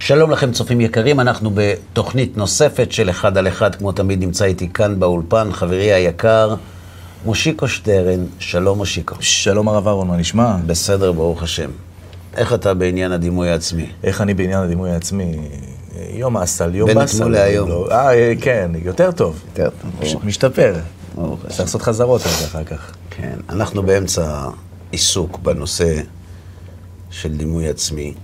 שלום לכם צופים יקרים, אנחנו בתוכנית נוספת של אחד על אחד, כמו תמיד נמצא איתי כאן באולפן, חברי היקר, מושיקו שטרן. שלום מושיקו. שלום הרב אהרון, מה נשמע? בסדר, ברוך השם. איך אתה בעניין הדימוי העצמי? איך אני בעניין הדימוי העצמי? יום אסל, יום בין באסל. אתמול להיום. כן, יותר טוב. יותר טוב. משתפר. ברוך השם. צריך לעשות חזרות על זה אחר כך. כן, אנחנו באמצע עיסוק בנושא של דימוי עצמי,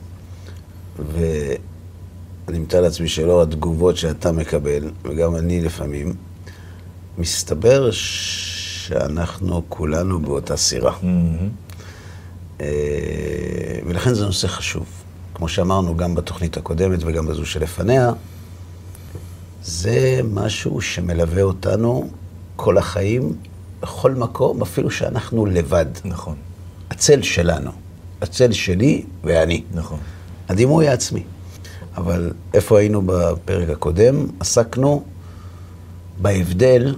ואני מתאר לעצמי שלא התגובות שאתה מקבל, וגם אני לפעמים, מסתבר שאנחנו כולנו באותה סירה. ולכן זה נושא חשוב. כמו שאמרנו גם בתוכנית הקודמת וגם בזו שלפניה, זה משהו שמלווה אותנו כל החיים, בכל מקום, אפילו שאנחנו לבד. נכון. הצל שלנו, הצל שלי ואני. נכון. הדימוי העצמי. אבל איפה היינו בפרק הקודם? עסקנו בהבדל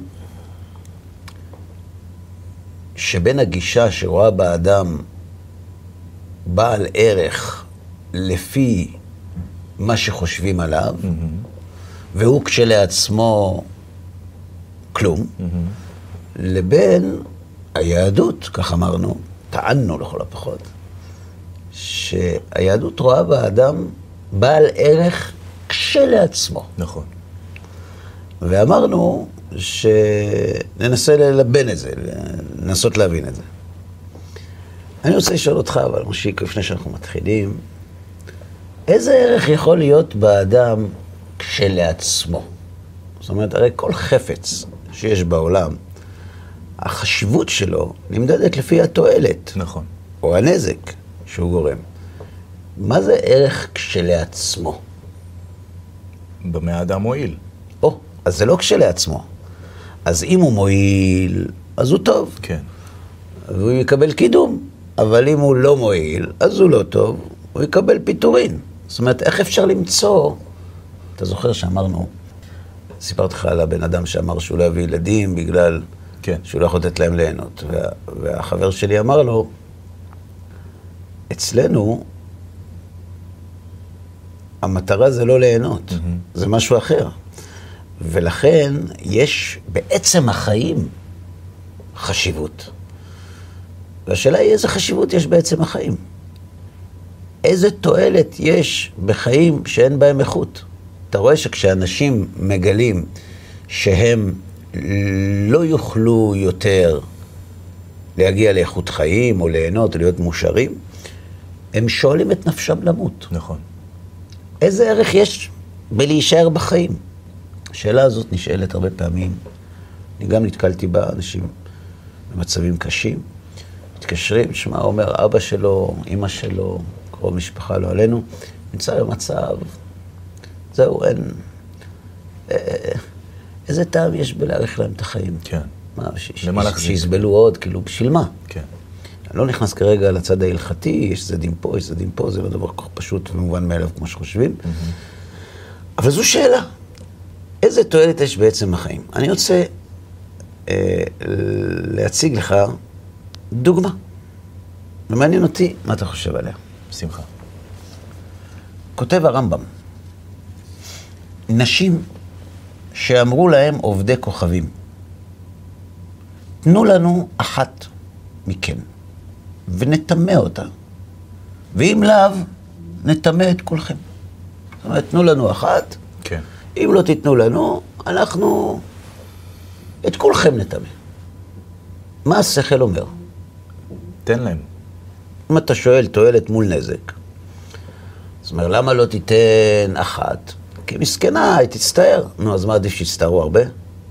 שבין הגישה שרואה באדם בעל ערך לפי מה שחושבים עליו, והוא כשלעצמו כלום, לבין היהדות, כך אמרנו, טענו לכל הפחות, שהיהדות רואה באדם בעל ערך כשלעצמו. נכון. ואמרנו שננסה ללבן את זה, לנסות להבין את זה. אני רוצה לשאול אותך, אבל מושיק, לפני שאנחנו מתחילים, איזה ערך יכול להיות באדם כשלעצמו? זאת אומרת, הרי כל חפץ שיש בעולם, החשיבות שלו נמדדת לפי התועלת. נכון. או הנזק שהוא גורם. מה זה ערך כשלעצמו? במה האדם מועיל. אז זה לא כשלעצמו. אז אם הוא מועיל, אז הוא טוב. כן. והוא יקבל קידום. אבל אם הוא לא מועיל, אז הוא לא טוב, הוא יקבל פיטורין. זאת אומרת, איך אפשר למצוא? אתה זוכר שאמרנו, סיפרתי לך על הבן אדם שאמר שהוא לא יביא ילדים בגלל שהוא לא יכול לתת להם ליהנות. והחבר שלי אמר לו, אצלנו, המטרה זה לא ליהנות, זה משהו אחר. ולכן יש בעצם החיים חשיבות. והשאלה היא איזה חשיבות יש בעצם החיים. איזה תועלת יש בחיים שאין בהם איכות. אתה רואה שכשאנשים מגלים שהם לא יוכלו יותר להגיע לאיכות חיים או ליהנות או להיות מאושרים, הם שואלים את נפשם למות. נכון. איזה ערך יש בלהישאר בחיים? השאלה הזאת נשאלת הרבה פעמים. אני גם נתקלתי בה, אנשים במצבים קשים. מתקשרים, שמה אומר אבא שלו, אמא שלו, קרוב משפחה לא עלינו, נמצא במצב, זהו, אין... איזה טעם יש בלהאריך להם את החיים? כן. מה, שיסבלו עוד, כאילו, בשביל מה? כן. אני לא נכנס כרגע לצד ההלכתי, יש צדדים פה, יש צדדים פה, זה לא דבר כל כך פשוט ומובן מאליו כמו שחושבים. אבל זו שאלה. איזה תועלת יש בעצם החיים? אני רוצה להציג לך דוגמה. ומעניין אותי מה אתה חושב עליה. בשמחה. כותב הרמב"ם, נשים שאמרו להם עובדי כוכבים, תנו לנו אחת מכם, ונטמא אותה, ואם לאו, נטמא את כולכם. זאת אומרת, תנו לנו אחת, כן. אם לא תיתנו לנו, אנחנו את כולכם נטמא. מה השכל אומר? תן להם. אם אתה שואל תועלת מול נזק, זאת אומרת, למה לא תיתן אחת? כי מסכנה, היא תצטער. נו, אז מה עדיף שיצטערו הרבה?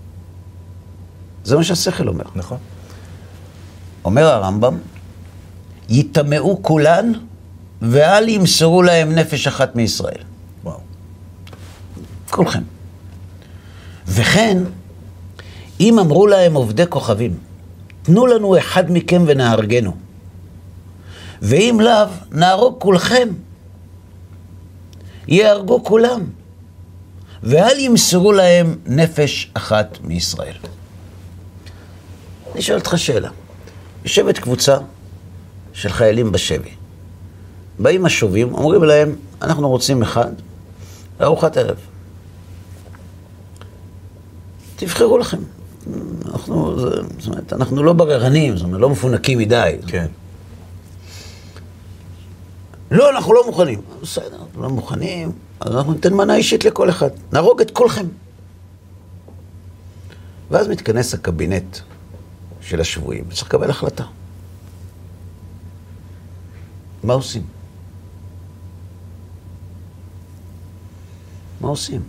זה מה שהשכל אומר. נכון. אומר הרמב"ם, יטמאו כולן, ואל ימסרו להם נפש אחת מישראל. וואו. כולכם. וכן, אם אמרו להם עובדי כוכבים, תנו לנו אחד מכם ונהרגנו, ואם לאו, נהרוג כולכם. יהרגו כולם, ואל ימסרו להם נפש אחת מישראל. אני שואל אותך שאלה. יושבת קבוצה של חיילים בשבי. באים השובים, אומרים להם, אנחנו רוצים אחד, לארוחת ערב. תבחרו לכם. זאת אומרת, אנחנו לא בררנים, זאת אומרת, לא מפונקים מדי. כן. לא, אנחנו לא מוכנים. בסדר, אנחנו לא מוכנים, אז אנחנו ניתן מנה אישית לכל אחד. נהרוג את כולכם. ואז מתכנס הקבינט של השבויים, וצריך לקבל החלטה. מה עושים? מה עושים?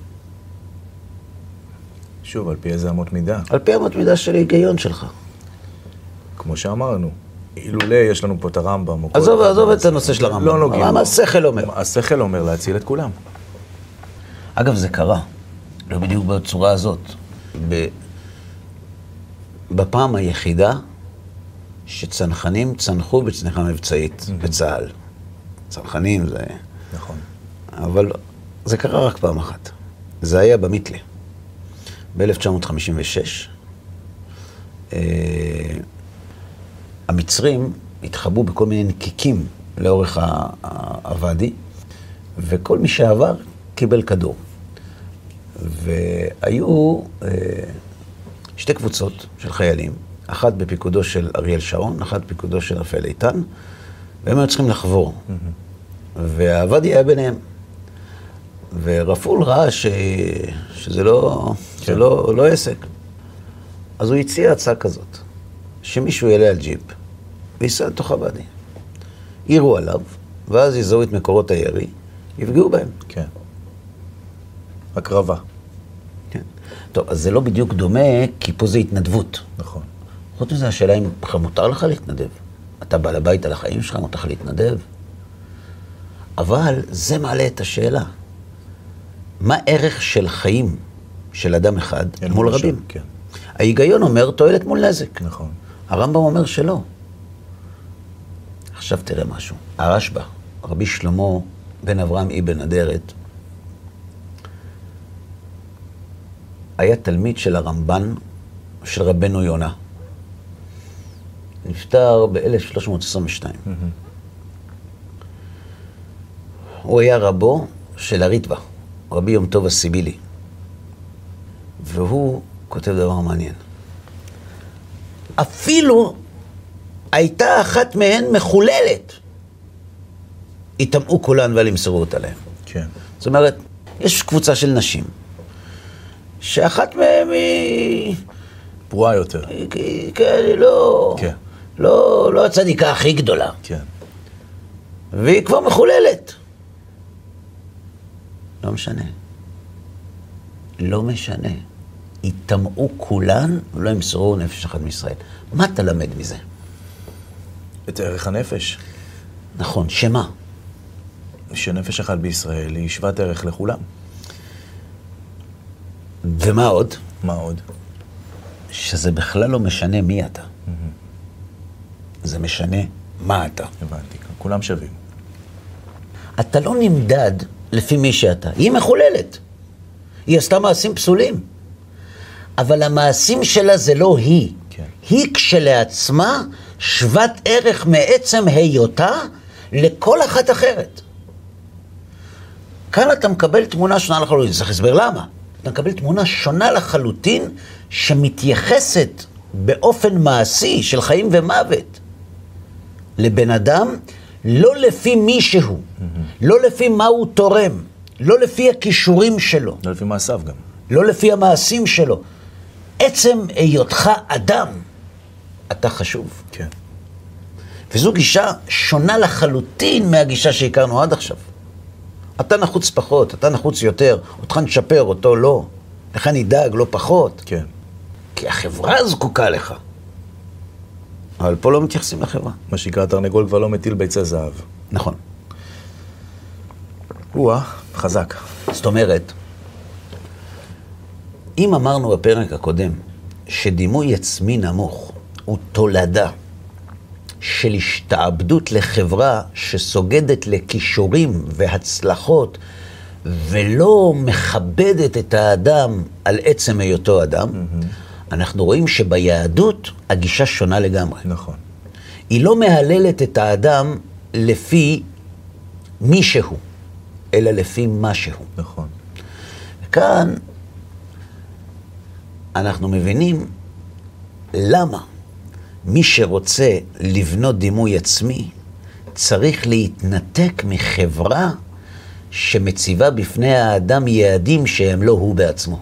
שוב, על פי איזה אמות מידה? על פי אמות מידה של ההיגיון שלך. כמו שאמרנו, אילולא יש לנו פה את הרמב"ם. עזוב את הנושא של הרמב"ם. לא נוגעים. מה השכל אומר? השכל אומר להציל את כולם. אגב, זה קרה. לא בדיוק בצורה הזאת. בפעם היחידה שצנחנים צנחו בצניחה מבצעית בצה"ל. צנחנים זה... נכון. אבל זה קרה רק פעם אחת. זה היה במיתלה. ב-1956. המצרים התחבאו בכל מיני נקיקים לאורך הוואדי, וכל מי שעבר קיבל כדור. והיו שתי קבוצות של חיילים, אחת בפיקודו של אריאל שרון, אחת בפיקודו של רפאל איתן, והם היו צריכים לחבור. והוואדי היה ביניהם. ורפול ראה שזה לא עסק. אז הוא הציע הצעה כזאת, שמישהו יעלה על ג'יפ וייסע לתוך הוואדי. יירו עליו, ואז יזהו את מקורות הירי, יפגעו בהם. כן. הקרבה. כן. טוב, אז זה לא בדיוק דומה, כי פה זה התנדבות. נכון. חוץ מזה, השאלה אם מותר לך להתנדב. אתה בעל הבית על החיים שלך, מותר לך להתנדב. אבל זה מעלה את השאלה. מה ערך של חיים של אדם אחד מול רבים? כן. ההיגיון אומר תועלת מול נזק. נכון. הרמב"ם אומר שלא. עכשיו תראה משהו. הרשב"א, רבי שלמה בן אברהם אבן אדרת, היה תלמיד של הרמב"ן, של רבנו יונה. נפטר ב-1322. הוא היה רבו של הריטב"א, רבי יום טוב הסיבילי. והוא כותב דבר מעניין. אפילו הייתה אחת מהן מחוללת, יטמעו כולן ואל ימסרו אותה להם. כן. זאת אומרת, יש קבוצה של נשים, שאחת מהן היא... פרועה יותר. כן, כן. לא הצדיקה הכי גדולה. כן. והיא כבר מחוללת. לא משנה. לא משנה. יטמעו כולן ולא ימסרו נפש אחת מישראל. מה אתה למד מזה? את ערך הנפש. נכון, שמה? שנפש אחת בישראל היא שוות ערך לכולם. ומה עוד? מה עוד? שזה בכלל לא משנה מי אתה. זה משנה מה אתה. הבנתי, כולם שווים. אתה לא נמדד לפי מי שאתה. היא מחוללת. היא עשתה מעשים פסולים. אבל המעשים שלה זה לא היא. כן. היא כשלעצמה שוות ערך מעצם היותה לכל אחת אחרת. כאן אתה מקבל תמונה שונה לחלוטין. צריך להסבר למה. אתה מקבל תמונה שונה לחלוטין שמתייחסת באופן מעשי של חיים ומוות לבן אדם, לא לפי מישהו, לא לפי מה הוא תורם, לא לפי הכישורים שלו. לא לפי מעשיו גם. לא לפי המעשים שלו. עצם היותך אדם, אתה חשוב. כן. וזו גישה שונה לחלוטין מהגישה שהכרנו עד עכשיו. אתה נחוץ פחות, אתה נחוץ יותר, אותך נשפר, אותו לא. לך נדאג, לא פחות. כן. כי החברה זקוקה לך. אבל פה לא מתייחסים לחברה. מה שיקרא תרנגול כבר לא מטיל ביצי זהב. נכון. חזק. זאת אומרת, אם אמרנו בפרק הקודם שדימוי עצמי נמוך הוא תולדה של השתעבדות לחברה שסוגדת לכישורים והצלחות ולא מכבדת את האדם על עצם היותו אדם, אנחנו רואים שביהדות הגישה שונה לגמרי. נכון. היא לא מהללת את האדם לפי מישהו, אלא לפי משהו. נכון. כאן אנחנו מבינים למה מי שרוצה לבנות דימוי עצמי צריך להתנתק מחברה שמציבה בפני האדם יעדים שהם לא הוא בעצמו.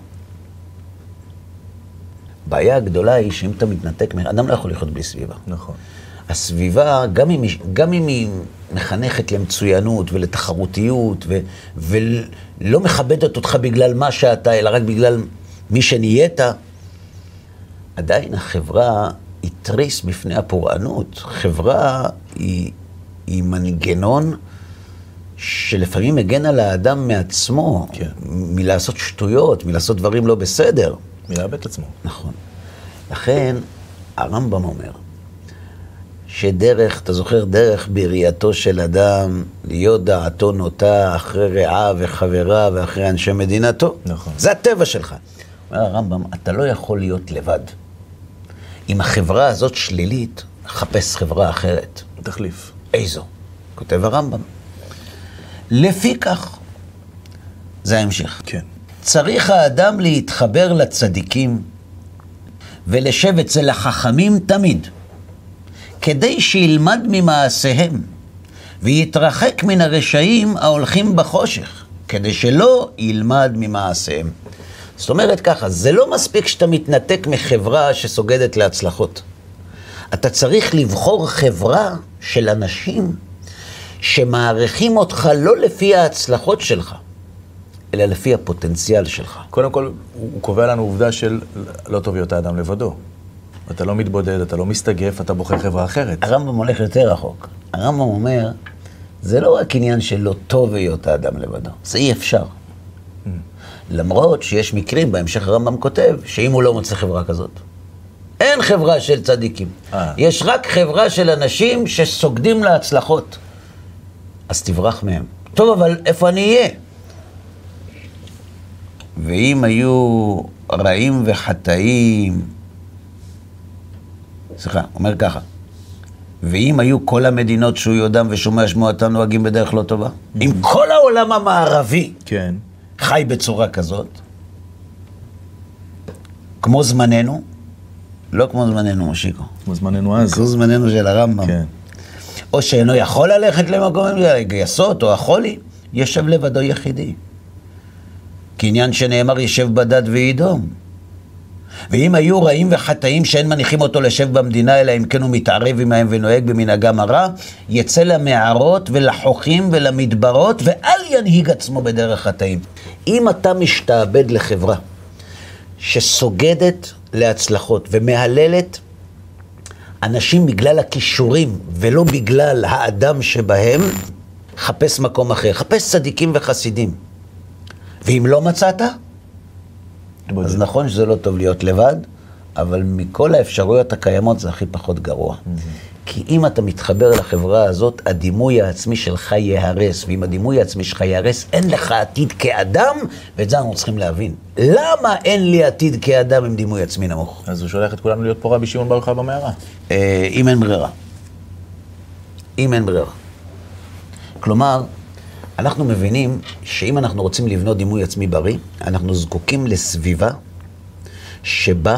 הבעיה הגדולה היא שאם אתה מתנתק, אדם לא יכול לחיות בלי סביבה. נכון. הסביבה, גם אם היא מחנכת למצוינות ולתחרותיות, ולא מכבדת אותך בגלל מה שאתה, אלא רק בגלל מי שנהיית, עדיין החברה היא תריס בפני הפורענות. חברה היא מנגנון שלפעמים מגן על האדם מעצמו, כן. מלעשות שטויות, מלעשות דברים לא בסדר. מלאבד את עצמו. נכון. לכן הרמב"ם אומר שדרך, אתה זוכר, דרך בראייתו של אדם, להיות דעתו נוטה אחרי רעה וחברה ואחרי אנשי מדינתו. נכון. זה הטבע שלך. אומר הרמב"ם, אתה לא יכול להיות לבד. אם החברה הזאת שלילית, חפש חברה אחרת. תחליף. איזו? כותב הרמב"ם. לפי כך, זה ההמשך. כן. צריך האדם להתחבר לצדיקים ולשב אצל החכמים תמיד, כדי שילמד ממעשיהם ויתרחק מן הרשעים ההולכים בחושך, כדי שלא ילמד ממעשיהם. זאת אומרת ככה, זה לא מספיק שאתה מתנתק מחברה שסוגדת להצלחות. אתה צריך לבחור חברה של אנשים שמעריכים אותך לא לפי ההצלחות שלך, אלא לפי הפוטנציאל שלך. קודם כל, הוא קובע לנו עובדה של לא טוב להיות האדם לבדו. אתה לא מתבודד, אתה לא מסתגף, אתה בוחר חברה אחרת. הרמב"ם הולך יותר רחוק. הרמב"ם אומר, זה לא רק עניין של לא טוב להיות האדם לבדו, זה אי אפשר. למרות שיש מקרים, בהמשך הרמב"ם כותב, שאם הוא לא מוצא חברה כזאת, אין חברה של צדיקים. יש רק חברה של אנשים שסוגדים להצלחות. אז תברח מהם. טוב, אבל איפה אני אהיה? ואם היו רעים וחטאים, סליחה, אומר ככה, ואם היו כל המדינות שהוא יודם ושומע שמועתם נוהגים בדרך לא טובה, אם כל העולם המערבי כן. חי בצורה כזאת, כמו זמננו, לא כמו זמננו, מושיקו. כמו זמננו אז. כמו זמננו של הרמב"ם. כן. או שאינו יכול ללכת למקום, גייסות או החולי, ישב לבדו יחידי. כעניין שנאמר ישב בדד וידום. ואם היו רעים וחטאים שאין מניחים אותו לשב במדינה, אלא אם כן הוא מתערב עמהם ונוהג במנהגם הרע, יצא למערות ולחוכים ולמדברות, ואל ינהיג עצמו בדרך חטאים. אם אתה משתעבד לחברה שסוגדת להצלחות ומהללת אנשים בגלל הכישורים ולא בגלל האדם שבהם, חפש מקום אחר, חפש צדיקים וחסידים. ואם לא מצאת, אז נכון שזה לא טוב להיות לבד, אבל מכל האפשרויות הקיימות זה הכי פחות גרוע. כי אם אתה מתחבר לחברה הזאת, הדימוי העצמי שלך יהרס, ואם הדימוי העצמי שלך יהרס, אין לך עתיד כאדם, ואת זה אנחנו צריכים להבין. למה אין לי עתיד כאדם עם דימוי עצמי נמוך? אז הוא שולח את כולנו להיות פה רבי שמעון בר יוחאי במערה. אם אין ברירה. אם אין ברירה. כלומר, אנחנו מבינים שאם אנחנו רוצים לבנות דימוי עצמי בריא, אנחנו זקוקים לסביבה שבה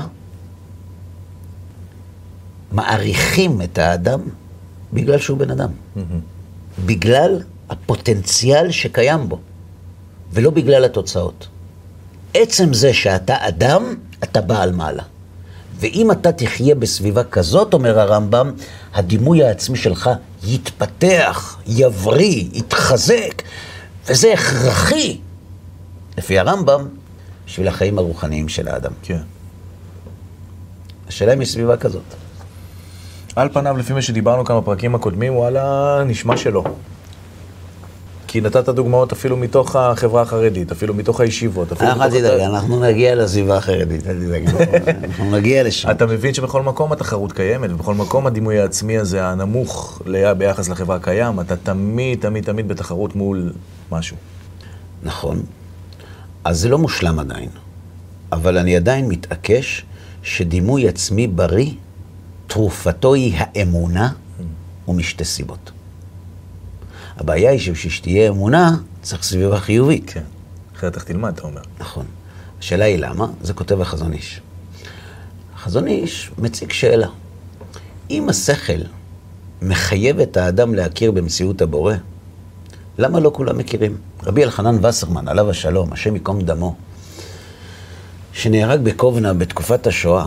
מעריכים את האדם בגלל שהוא בן אדם. בגלל הפוטנציאל שקיים בו, ולא בגלל התוצאות. עצם זה שאתה אדם, אתה בעל מעלה. ואם אתה תחיה בסביבה כזאת, אומר הרמב"ם, הדימוי העצמי שלך יתפתח, יבריא, יתחזק, וזה הכרחי, לפי הרמב"ם, בשביל החיים הרוחניים של האדם. כן. השאלה היא סביבה כזאת. על פניו, לפי מה שדיברנו כמה פרקים הקודמים, וואלה, נשמע שלא. כי נתת דוגמאות אפילו מתוך החברה החרדית, אפילו מתוך הישיבות. אנחנו נגיע לסביבה החרדית, אנחנו נגיע לשם. אתה מבין שבכל מקום התחרות קיימת, ובכל מקום הדימוי העצמי הזה, הנמוך ביחס לחברה קיים, אתה תמיד, תמיד, תמיד בתחרות מול משהו. נכון. אז זה לא מושלם עדיין. אבל אני עדיין מתעקש שדימוי עצמי בריא, תרופתו היא האמונה ומשתי סיבות. הבעיה היא שתהיה אמונה, צריך סביבה חיובית. כן. אחרת איך תלמד, אתה אומר. נכון. השאלה היא למה? זה כותב החזון איש. החזון איש מציג שאלה. אם השכל מחייב את האדם להכיר במציאות הבורא, למה לא כולם מכירים? רבי אלחנן וסרמן, עליו השלום, השם ייקום דמו, שנהרג בקובנה בתקופת השואה,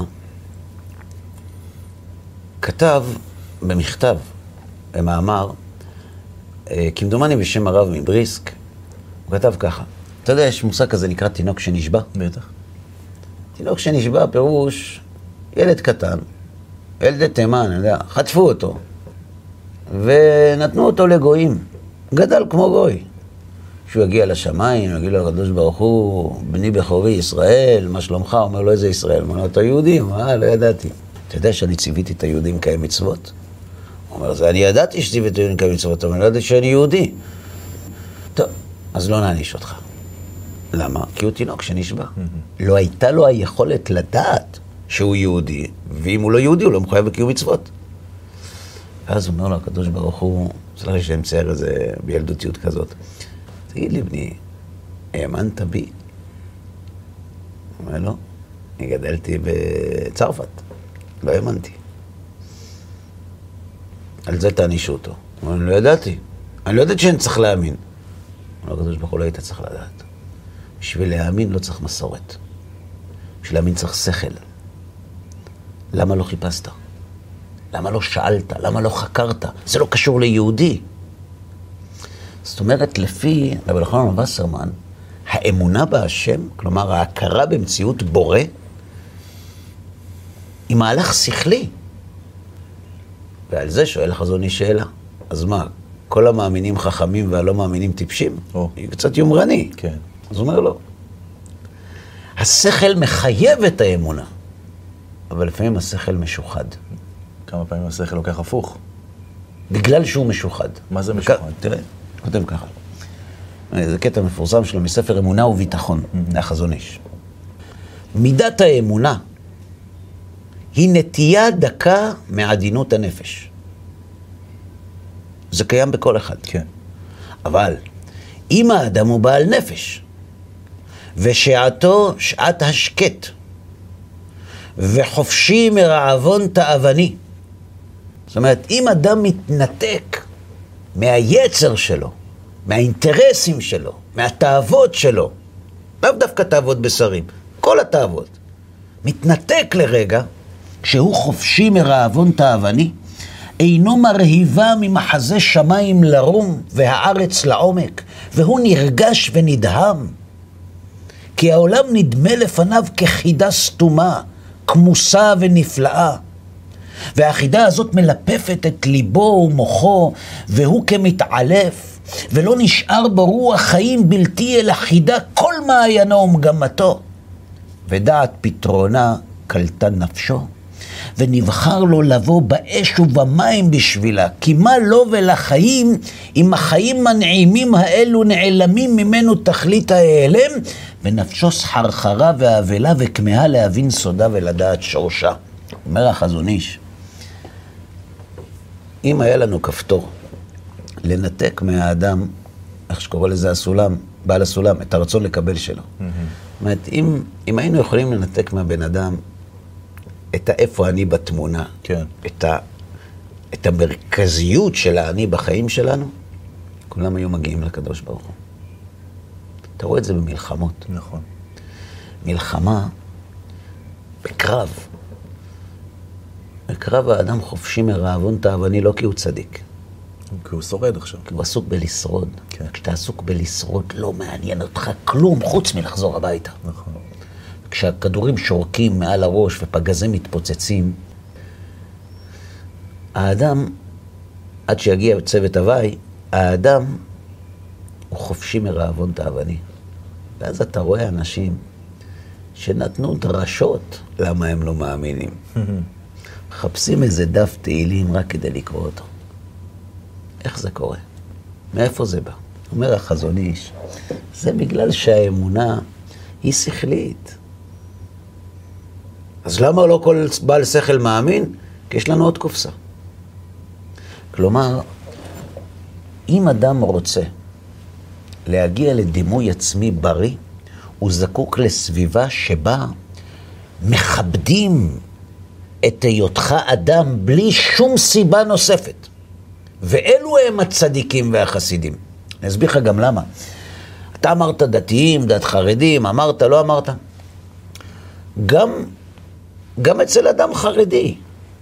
כתב במכתב, במאמר, כמדומני בשם הרב מבריסק, הוא כתב ככה. אתה יודע, יש מושג כזה נקרא תינוק שנשבע? בטח. תינוק שנשבע פירוש ילד קטן, ילד תימן, אני יודע, חטפו אותו, ונתנו אותו לגויים. גדל כמו גוי. כשהוא יגיע לשמיים, יגיד לו הקדוש ברוך הוא, בני בכורי ישראל, מה שלומך? אומר לו, איזה ישראל? אומר לו, אתה יהודי? הוא אומר, לא ידעתי. אתה יודע שאני ציוויתי את היהודים קיים מצוות? הוא אומר, זה אני ידעתי שציוויתי את היהודים קיים מצוות, אבל אני לא ידעתי שאני יהודי. טוב, אז לא נעניש אותך. למה? כי הוא תינוק שנשבע. לא הייתה לו היכולת לדעת שהוא יהודי, ואם הוא לא יהודי, הוא לא מחויב בקיום מצוות. ואז הוא אומר לו, הקדוש ברוך הוא, סלח לי שאני מצייר איזה בילדותיות כזאת, תגיד לי, בני, האמנת בי? הוא אומר לו, אני גדלתי בצרפת, לא האמנתי. על זה תענישו אותו. הוא אומר, אני לא ידעתי. אני לא ידעתי שאני צריך להאמין. הוא אומר, הקדוש ברוך הוא לא היית צריך לדעת. בשביל להאמין לא צריך מסורת. בשביל להאמין צריך שכל. למה לא חיפשת? למה לא שאלת? למה לא חקרת? זה לא קשור ליהודי. זאת אומרת, לפי רבי אלחנן וסרמן, האמונה בהשם, כלומר ההכרה במציאות בורא, היא מהלך שכלי. ועל זה שואל החזון איש שאלה. אז מה, כל המאמינים חכמים והלא מאמינים טיפשים? היא קצת יומרני. כן. אז הוא אומר לו, השכל מחייב את האמונה, אבל לפעמים השכל משוחד. כמה פעמים השכל לוקח הפוך. בגלל שהוא משוחד. מה זה משוחד? תראה, כותב ככה. זה קטע מפורסם שלו מספר אמונה וביטחון, מהחזון איש. מידת האמונה היא נטייה דקה מעדינות הנפש. זה קיים בכל אחד. כן. אבל אם האדם הוא בעל נפש, ושעתו שעת השקט, וחופשי מרעבון תאווני, זאת אומרת, אם אדם מתנתק מהיצר שלו, מהאינטרסים שלו, מהתאוות שלו, לא דווקא תאוות בשרים, כל התאוות, מתנתק לרגע, כשהוא חופשי מרעבון תאווני, אינו מרהיבה ממחזה שמיים לרום והארץ לעומק, והוא נרגש ונדהם. כי העולם נדמה לפניו כחידה סתומה, כמוסה ונפלאה. והחידה הזאת מלפפת את ליבו ומוחו, והוא כמתעלף, ולא נשאר בו רוח חיים בלתי אלא חידה כל מעיינו ומגמתו. ודעת פתרונה קלטה נפשו, ונבחר לו לבוא באש ובמים בשבילה, כי מה לו ולחיים, אם החיים הנעימים האלו נעלמים ממנו תכלית ההיעלם, ונפשו סחרחרה ואבלה וכמהה להבין סודה ולדעת שורשה. אומר החזון איש, אם היה לנו כפתור לנתק מהאדם, איך שקורא לזה הסולם, בעל הסולם, את הרצון לקבל שלו. זאת אומרת, אם היינו יכולים לנתק מהבן אדם את איפה אני בתמונה, כן. את המרכזיות של האני בחיים שלנו, כולם היו מגיעים לקדוש ברוך הוא. אתה רואה את זה במלחמות. נכון. מלחמה בקרב. בקרב האדם חופשי מרעבון תאווני, לא כי הוא צדיק. כי הוא שורד עכשיו. כי הוא עסוק בלשרוד. כן. כשאתה עסוק בלשרוד, לא מעניין אותך כלום חוץ מלחזור הביתה. נכון. כשהכדורים שורקים מעל הראש ופגזים מתפוצצים, האדם, עד שיגיע צוות הוואי, האדם הוא חופשי מרעבון תאווני. ואז אתה רואה אנשים שנתנו דרשות למה הם לא מאמינים. מחפשים איזה דף תהילים רק כדי לקרוא אותו. איך זה קורה? מאיפה זה בא? אומר החזון איש, זה בגלל שהאמונה היא שכלית. אז למה לא כל בעל שכל מאמין? כי יש לנו עוד קופסה. כלומר, אם אדם רוצה להגיע לדימוי עצמי בריא, הוא זקוק לסביבה שבה מכבדים את היותך אדם בלי שום סיבה נוספת. ואלו הם הצדיקים והחסידים. אני אסביר לך גם למה. אתה אמרת דתיים, דת חרדים, אמרת, לא אמרת. גם אצל אדם חרדי.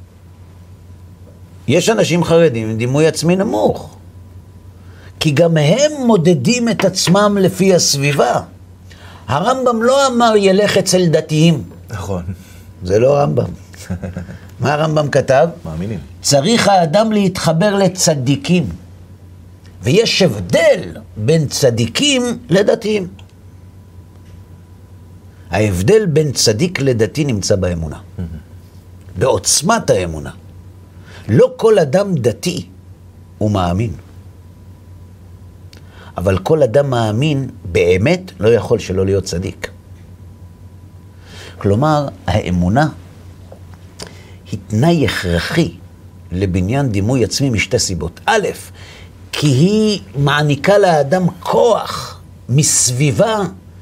יש אנשים חרדים עם דימוי עצמי נמוך. כי גם הם מודדים את עצמם לפי הסביבה. הרמב"ם לא אמר ילך אצל דתיים. נכון. זה לא הרמב"ם. מה הרמב"ם כתב? מאמינים. צריך האדם להתחבר לצדיקים. ויש הבדל בין צדיקים לדתיים. ההבדל בין צדיק לדתי נמצא באמונה. בעוצמת האמונה. לא כל אדם דתי הוא מאמין. אבל כל אדם מאמין באמת לא יכול שלא להיות צדיק. כלומר, האמונה היא תנאי הכרחי לבניין דימוי עצמי משתי סיבות. א', כי היא מעניקה לאדם כוח מסביבה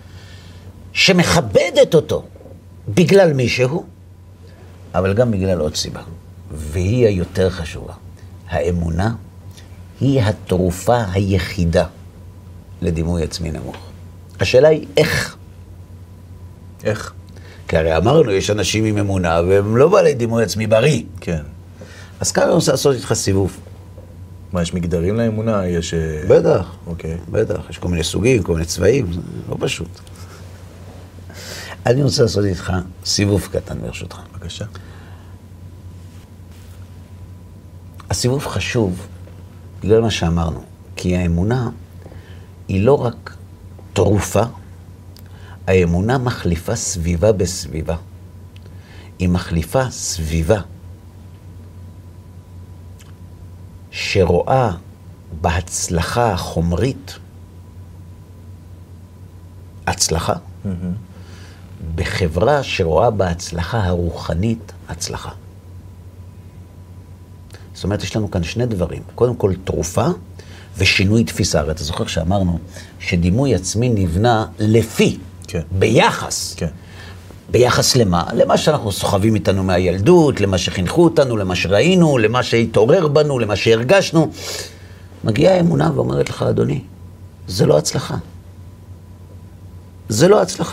שמכבדת אותו בגלל מישהו, אבל גם בגלל עוד סיבה. והיא היותר חשובה. האמונה היא התרופה היחידה לדימוי עצמי נמוך. השאלה היא איך? איך? כי הרי אמרנו, יש אנשים עם אמונה והם לא בעלי דימוי עצמי בריא. כן. אז כאן אני רוצה לעשות איתך סיבוב. מה, יש מגדרים לאמונה? יש... בטח. אוקיי. בטח, יש כל מיני סוגים, כל מיני צבעים, זה לא פשוט. אני רוצה לעשות איתך סיבוב קטן ברשותך. בבקשה. הסיבוב חשוב בגלל מה שאמרנו, כי האמונה היא לא רק תרופה, האמונה מחליפה סביבה בסביבה. היא מחליפה סביבה שרואה בהצלחה החומרית, הצלחה, בחברה שרואה בהצלחה הרוחנית, הצלחה. זאת אומרת, יש לנו כאן שני דברים. קודם כל, תרופה ושינוי תפיסה. הרי אתה זוכר שאמרנו שדימוי עצמי נבנה לפי, כן. ביחס. כן. ביחס למה? למה שאנחנו סוחבים איתנו מהילדות, למה שחינכו אותנו, למה שראינו, למה שהתעורר בנו, למה שהרגשנו. מגיעה האמונה ואומרת לך, אדוני, זה לא הצלחה. זה לא הצלחה.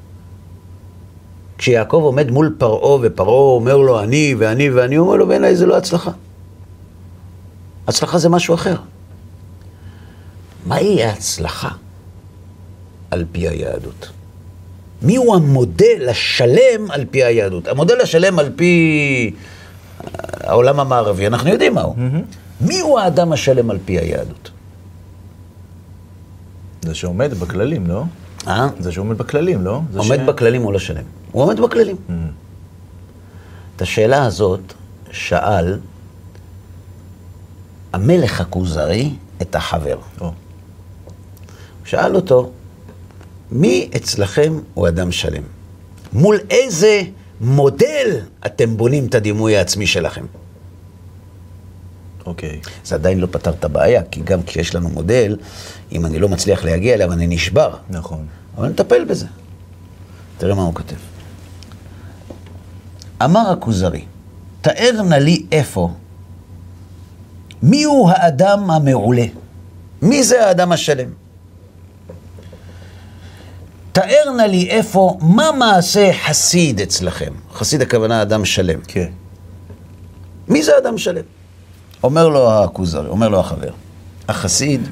כשיעקב עומד מול פרעה, ופרעה אומר לו, אני ואני ואני, אומר לו, בעיניי זה לא הצלחה. הצלחה זה משהו אחר. מהי ההצלחה על פי היהדות? מי הוא המודל השלם על פי היהדות? המודל השלם על פי העולם המערבי, אנחנו יודעים מהו. מי הוא האדם השלם על פי היהדות? זה שעומד בכללים, לא? זה שעומד בכללים, לא? עומד בכללים הוא לא שלם. הוא עומד בכללים. את השאלה הזאת שאל המלך הכוזרי את החבר. הוא שאל אותו, מי אצלכם הוא אדם שלם? מול איזה מודל אתם בונים את הדימוי העצמי שלכם? אוקיי. זה עדיין לא פתר את הבעיה, כי גם כשיש לנו מודל, אם אני לא מצליח להגיע אליו, אני נשבר. נכון. אבל נטפל בזה. תראה מה הוא כותב. אמר הכוזרי, תאר נא לי איפה, מי הוא האדם המעולה? מי זה האדם השלם? תאר נא לי איפה, מה מעשה חסיד אצלכם? חסיד הכוונה אדם שלם. כן. מי זה אדם שלם? אומר לו הכוזרי, אומר לו החבר, החסיד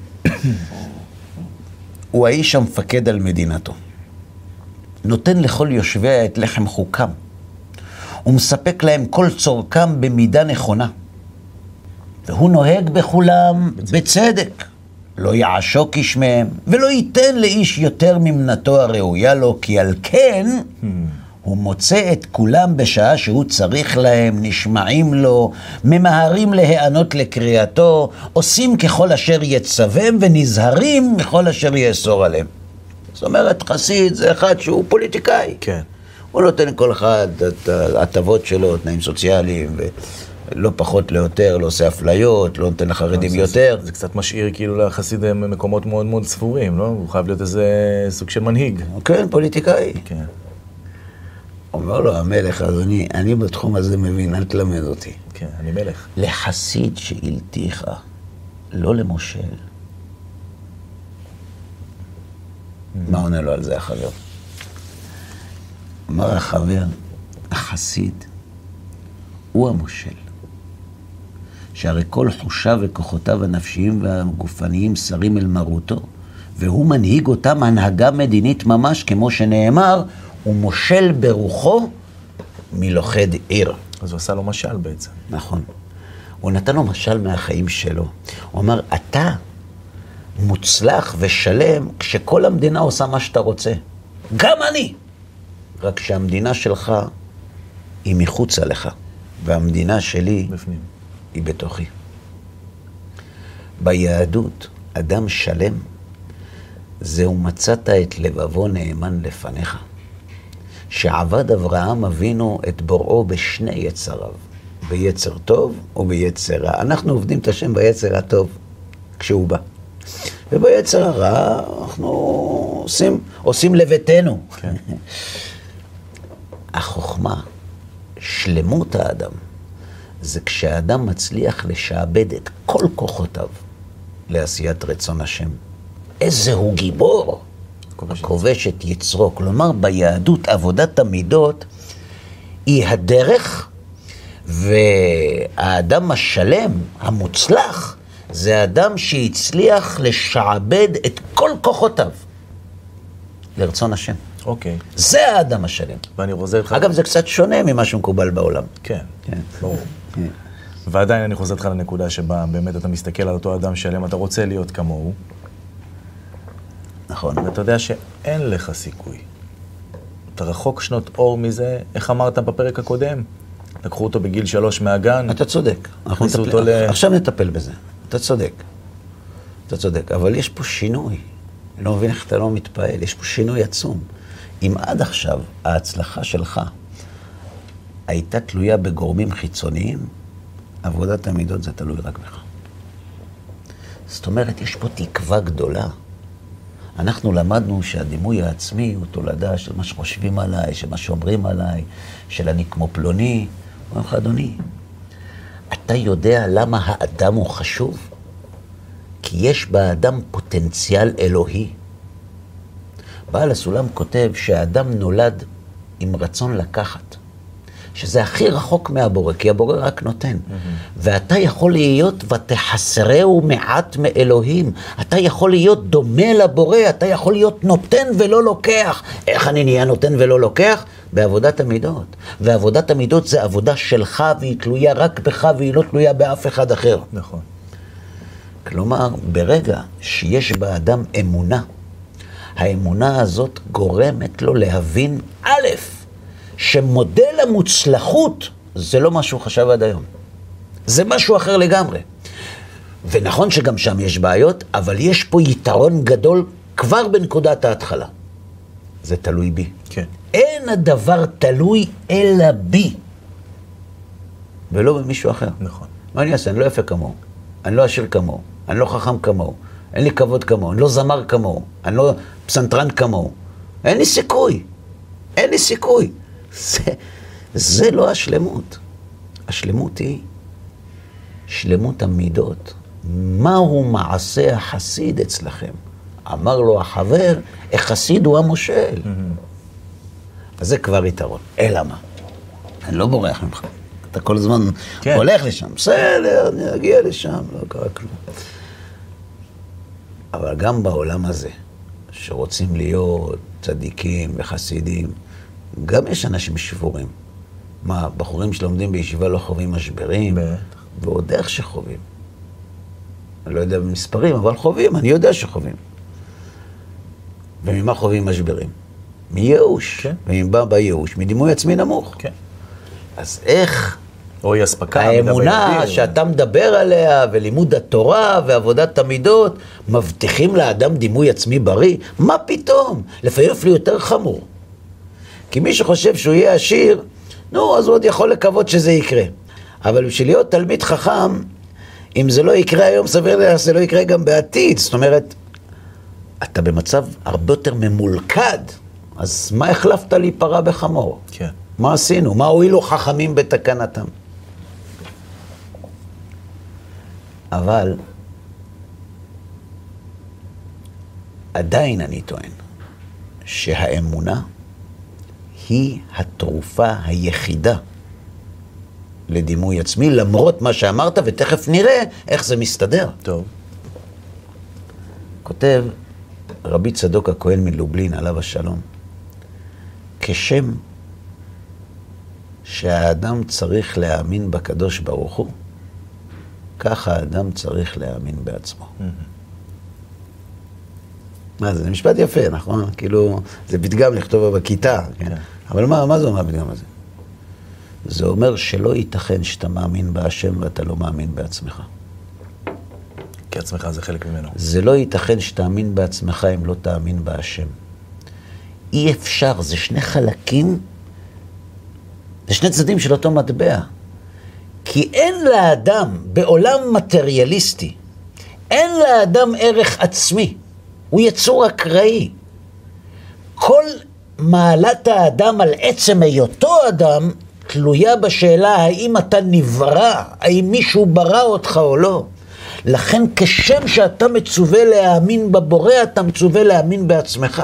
הוא האיש המפקד על מדינתו. נותן לכל יושביה את לחם חוקם. הוא מספק להם כל צורכם במידה נכונה. והוא נוהג בכולם בצדק. לא יעשוק איש מהם, ולא ייתן לאיש יותר ממנתו הראויה לו, כי על כן הוא מוצא את כולם בשעה שהוא צריך להם, נשמעים לו, ממהרים להיענות לקריאתו, עושים ככל אשר יצווים ונזהרים מכל אשר יאסור עליהם. זאת אומרת, חסיד זה אחד שהוא פוליטיקאי. כן. הוא נותן כל אחד את ההטבות שלו, תנאים סוציאליים לא פחות, לא יותר, לא עושה אפליות, לא נותן לחרדים יותר. זה קצת משאיר כאילו לחסיד מקומות מאוד מאוד ספורים, לא? הוא חייב להיות איזה סוג של מנהיג. כן, פוליטיקאי. כן. אומר לו המלך, אז אני בתחום הזה מבין, אל תלמד אותי. כן, אני מלך. לחסיד שאילתיך, לא למושל. מה עונה לו על זה החבר? אמר החבר, החסיד הוא המושל. שהרי כל חושיו וכוחותיו הנפשיים והגופניים שרים אל מרותו, והוא מנהיג אותם הנהגה מדינית ממש, כמו שנאמר, הוא מושל ברוחו מלוכד עיר. אז הוא עשה לו משל בעצם. נכון. הוא נתן לו משל מהחיים שלו. הוא אמר, אתה מוצלח ושלם כשכל המדינה עושה מה שאתה רוצה. גם אני. רק שהמדינה שלך היא מחוץ עליך, והמדינה שלי בפנים. היא בתוכי. ביהדות, אדם שלם, זהו מצאת את לבבו נאמן לפניך. שעבד אברהם אבינו את בוראו בשני יצריו, ביצר טוב וביצר רע. אנחנו עובדים את השם ביצר הטוב, כשהוא בא. וביצר הרע אנחנו עושים לביתנו. כן. החוכמה, שלמות האדם, זה כשהאדם מצליח לשעבד את כל כוחותיו לעשיית רצון השם. איזה הוא גיבור! הכובש את יצרו. כלומר, ביהדות עבודת המידות היא הדרך, והאדם השלם, המוצלח, זה האדם שהצליח לשעבד את כל כוחותיו לרצון השם. אוקיי. זה האדם השלם. ואני חוזר איתך... אגב, זה קצת שונה ממה שמקובל בעולם. כן, כן. ברור. כן. ועדיין אני חוזר איתך לנקודה שבה באמת אתה מסתכל על אותו אדם שלם, אתה רוצה להיות כמוהו. נכון. ואתה יודע שאין לך סיכוי. אתה רחוק שנות אור מזה, איך אמרת בפרק הקודם? לקחו אותו בגיל 3 מהגן. אתה צודק. הכניסו אותו עכשיו נטפל בזה. אתה צודק. אתה צודק. אבל יש פה שינוי. אני לא מבין איך אתה לא מתפעל. יש פה שינוי עצום. אם עד עכשיו ההצלחה שלך הייתה תלויה בגורמים חיצוניים, עבודת המידות זה תלוי רק בך. זאת אומרת, יש פה תקווה גדולה. אנחנו למדנו שהדימוי העצמי הוא תולדה של מה שחושבים עליי, של מה שאומרים עליי, של אני כמו פלוני. אומר לך, אדוני, אתה יודע למה האדם הוא חשוב? כי יש באדם פוטנציאל אלוהי. בעל הסולם כותב שהאדם נולד עם רצון לקחת, שזה הכי רחוק מהבורא, כי הבורא רק נותן. ואתה יכול להיות ותחסרהו מעט מאלוהים. אתה יכול להיות דומה לבורא, אתה יכול להיות נותן ולא לוקח. איך אני נהיה נותן ולא לוקח? בעבודת המידות. ועבודת המידות זה עבודה שלך, והיא תלויה רק בך, והיא לא תלויה באף אחד אחר. נכון. כלומר, ברגע שיש באדם אמונה, האמונה הזאת גורמת לו להבין א', שמודל המוצלחות זה לא מה שהוא חשב עד היום. זה משהו אחר לגמרי. ונכון שגם שם יש בעיות, אבל יש פה יתרון גדול כבר בנקודת ההתחלה. זה תלוי בי. כן. אין הדבר תלוי אלא בי. ולא במישהו אחר. נכון. מה אני אעשה? אני לא יפה כמוהו. אני לא עשיר כמוהו. אני לא חכם כמוהו. אין לי כבוד כמוהו. אני לא זמר כמוהו. אני לא פסנתרן כמוהו. אין לי סיכוי. אין לי סיכוי. זה לא השלמות. השלמות היא שלמות המידות. מהו מעשה החסיד אצלכם? אמר לו החבר, החסיד הוא המושל. אז זה כבר יתרון. אלא מה? אני לא בורח ממך. אתה כל הזמן הולך לשם. בסדר, אני אגיע לשם, לא קרה כלום. אבל גם בעולם הזה, שרוצים להיות צדיקים וחסידים, גם יש אנשים שבורים. מה, בחורים שלומדים בישיבה לא חווים משברים? ועוד איך שחווים. אני לא יודע במספרים, אבל חווים, אני יודע שחווים. וממה חווים משברים? מייאוש. כן. וממה בייאוש? מדימוי עצמי נמוך. כן. אז איך אוי אספקה, האמונה שאתה מדבר עליה, ולימוד התורה, ועבודת המידות, מבטיחים לאדם דימוי עצמי בריא? מה פתאום? לפעמים אפילו יותר חמור. כי מי שחושב שהוא יהיה עשיר, נו, אז הוא עוד יכול לקוות שזה יקרה. אבל בשביל להיות תלמיד חכם, אם זה לא יקרה היום, סביר להניח זה לא יקרה גם בעתיד. זאת אומרת, אתה במצב הרבה יותר ממולכד, אז מה החלפת להיפרע בחמור? כן. מה עשינו? מה הועילו חכמים בתקנתם? אבל עדיין אני טוען שהאמונה היא התרופה היחידה לדימוי עצמי, למרות מה שאמרת, ותכף נראה איך זה מסתדר. טוב. כותב רבי צדוק הכהן מלובלין, עליו השלום, כשם שהאדם צריך להאמין בקדוש ברוך הוא, כך האדם צריך להאמין בעצמו. מה זה? זה משפט יפה, נכון? כאילו, זה פתגם לכתוב בכיתה, כן? אבל מה זה אומר הפתגם הזה? זה אומר שלא ייתכן שאתה מאמין בהשם ואתה לא מאמין בעצמך. כי עצמך זה חלק ממנו. זה לא ייתכן שתאמין בעצמך אם לא תאמין בהשם. אי אפשר, זה שני חלקים, זה שני צדדים של אותו מטבע. כי אין לאדם, בעולם מטריאליסטי, אין לאדם ערך עצמי. הוא יצור אקראי. כל מעלת האדם על עצם היותו אדם, תלויה בשאלה האם אתה נברא, האם מישהו ברא אותך או לא. לכן כשם שאתה מצווה להאמין בבורא, אתה מצווה להאמין בעצמך.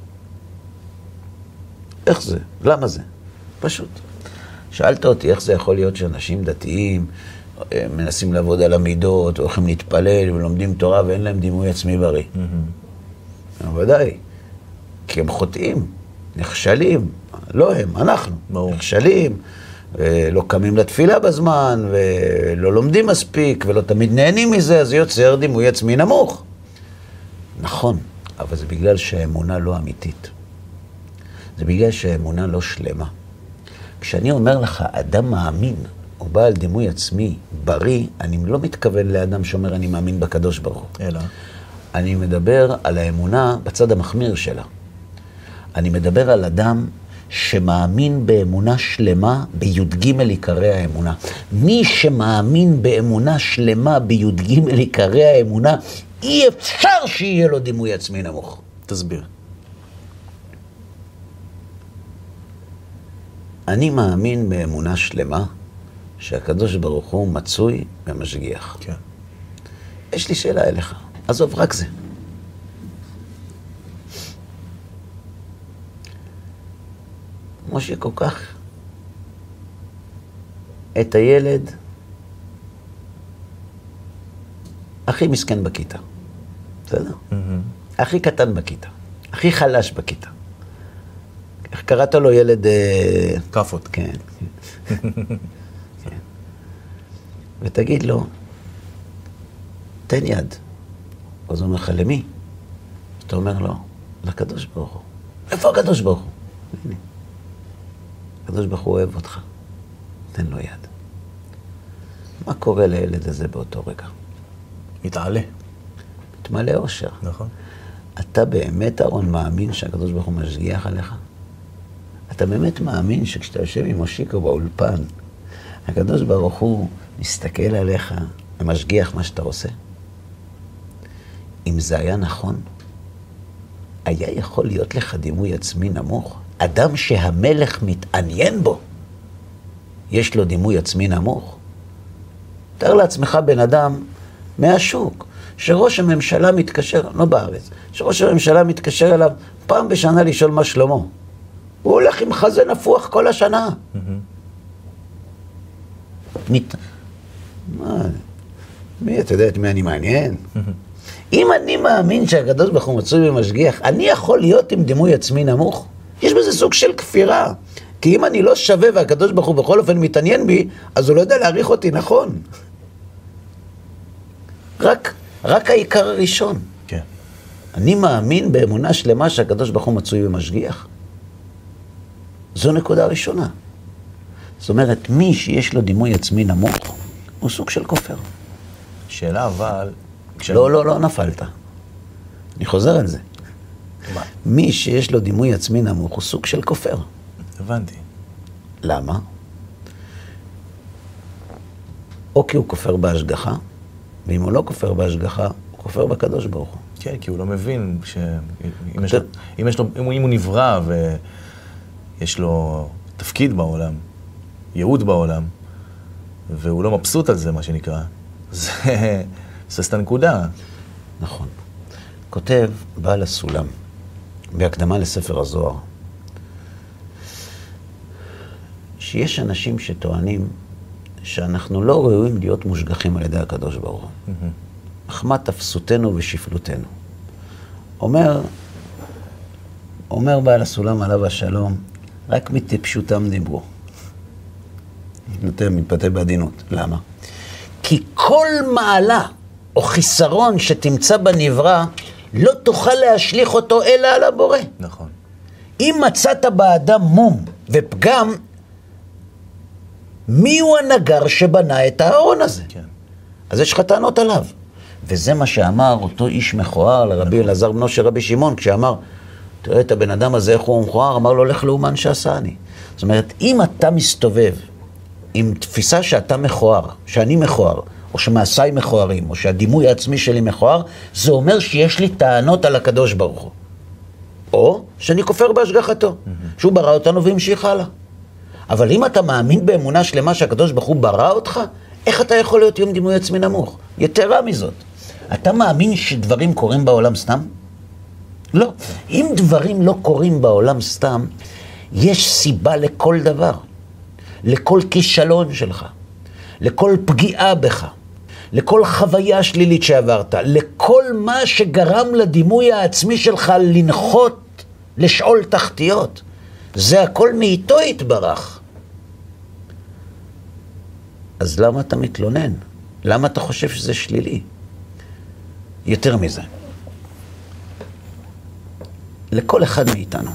איך זה? למה זה? פשוט. שאלת אותי איך זה יכול להיות שאנשים דתיים מנסים לעבוד על המידות, הולכים להתפלל ולומדים תורה ואין להם דימוי עצמי בריא. ודאי, כי הם חוטאים, נכשלים, לא הם, אנחנו, נכשלים, לא קמים לתפילה בזמן, ולא לומדים מספיק, ולא תמיד נהנים מזה, אז יוצר דימוי עצמי נמוך. נכון, אבל זה בגלל שהאמונה לא אמיתית. זה בגלל שהאמונה לא שלמה. כשאני אומר לך, אדם מאמין, או בעל דימוי עצמי בריא, אני לא מתכוון לאדם שאומר אני מאמין בקדוש ברוך הוא. אלא? אני מדבר על האמונה בצד המחמיר שלה. אני מדבר על אדם שמאמין באמונה שלמה בי"ג עיקרי האמונה. מי שמאמין באמונה שלמה בי"ג עיקרי האמונה, אי אפשר שיהיה לו דימוי עצמי נמוך. תסביר. אני מאמין באמונה שלמה שהקדוש ברוך הוא מצוי ומשגיח. כן. יש לי שאלה אליך. עזוב, רק זה. משה כל כך את הילד הכי מסכן בכיתה. בסדר? הכי קטן בכיתה. הכי חלש בכיתה. איך קראת לו ילד... כפות. כן. כן. ותגיד לו, תן יד. אז הוא אומר לך, למי? אתה אומר לו, לקדוש ברוך הוא. איפה הקדוש ברוך הוא? הנה. הקדוש ברוך הוא אוהב אותך. תן לו יד. מה קורה לילד הזה באותו רגע? מתעלה. מתמלא אושר. נכון. אתה באמת, אהרון, מאמין שהקדוש ברוך הוא משגיח עליך? אתה באמת מאמין שכשאתה יושב עם מושיקו באולפן, הקדוש ברוך הוא מסתכל עליך ומשגיח מה שאתה עושה? אם זה היה נכון, היה יכול להיות לך דימוי עצמי נמוך. אדם שהמלך מתעניין בו, יש לו דימוי עצמי נמוך. תאר לעצמך בן אדם מהשוק, שראש הממשלה מתקשר, לא בארץ, שראש הממשלה מתקשר אליו פעם בשנה לשאול מה שלמה. הוא הולך עם חזה נפוח כל השנה. מי, אתה יודע את מי אני מעניין? אם אני מאמין שהקדוש ברוך הוא מצוי ומשגיח, אני יכול להיות עם דימוי עצמי נמוך? יש בזה סוג של כפירה. כי אם אני לא שווה והקדוש ברוך הוא בכל אופן מתעניין בי, אז הוא לא יודע להעריך אותי נכון. רק העיקר הראשון. כן. אני מאמין באמונה שלמה שהקדוש ברוך הוא מצוי ומשגיח. זו נקודה ראשונה. זאת אומרת, מי שיש לו דימוי עצמי נמוך, הוא סוג של כופר. שאלה אבל... לא נפלת. אני חוזר על זה. מה? מי שיש לו דימוי עצמי נמוך הוא סוג של כופר. הבנתי. למה? או כי הוא כופר בהשגחה, ואם הוא לא כופר בהשגחה, הוא כופר בקדוש ברוך הוא. כן, כי הוא לא מבין אם הוא נברא ויש לו תפקיד בעולם, ייעוד בעולם, והוא לא מבסוט על זה, מה שנקרא, זה את הנקודה. נכון. כותב בעל הסולם, בהקדמה לספר הזוהר, שיש אנשים שטוענים שאנחנו לא ראויים להיות מושגחים על ידי הקדוש ברוך הוא. מחמת תפסותנו ושפלותנו. אומר בעל הסולם עליו השלום, רק מטיפשותם דיברו. מתפתה בעדינות. למה? כי כל מעלה או חיסרון שתמצא בנברא, לא תוכל להשליך אותו אלא על הבורא. נכון. אם מצאת באדם מום ופגם, מי הוא הנגר שבנה את הארון הזה? כן. אז יש לך טענות עליו. וזה מה שאמר אותו איש מכוער לרבי אלעזר בנו של רבי שמעון, כשאמר, תראה את הבן אדם הזה, איך הוא מכוער, אמר לו, לך לאומן שעשה אני. זאת אומרת, אם אתה מסתובב עם תפיסה שאתה מכוער, שאני מכוער, או שמעשיי מכוערים, או שהדימוי העצמי שלי מכוער, זה אומר שיש לי טענות על הקדוש ברוך הוא. או שאני כופר בהשגחתו, שהוא ברא אותנו והמשיך הלאה. אבל אם אתה מאמין באמונה שלמה שהקדוש ברוך הוא ברא אותך, איך אתה יכול להיות עם דימוי עצמי נמוך? יתרה מזאת. אתה מאמין שדברים קורים בעולם סתם? לא. אם דברים לא קורים בעולם סתם, יש סיבה לכל דבר. לכל כישלון שלך. לכל פגיעה בך. לכל חוויה שלילית שעברת. לכל מה שגרם לדימוי העצמי שלך לנחות, לשאול תחתיות. זה הכל מאיתו התברך. אז למה אתה מתלונן? למה אתה חושב שזה שלילי? יותר מזה. לכל אחד מאיתנו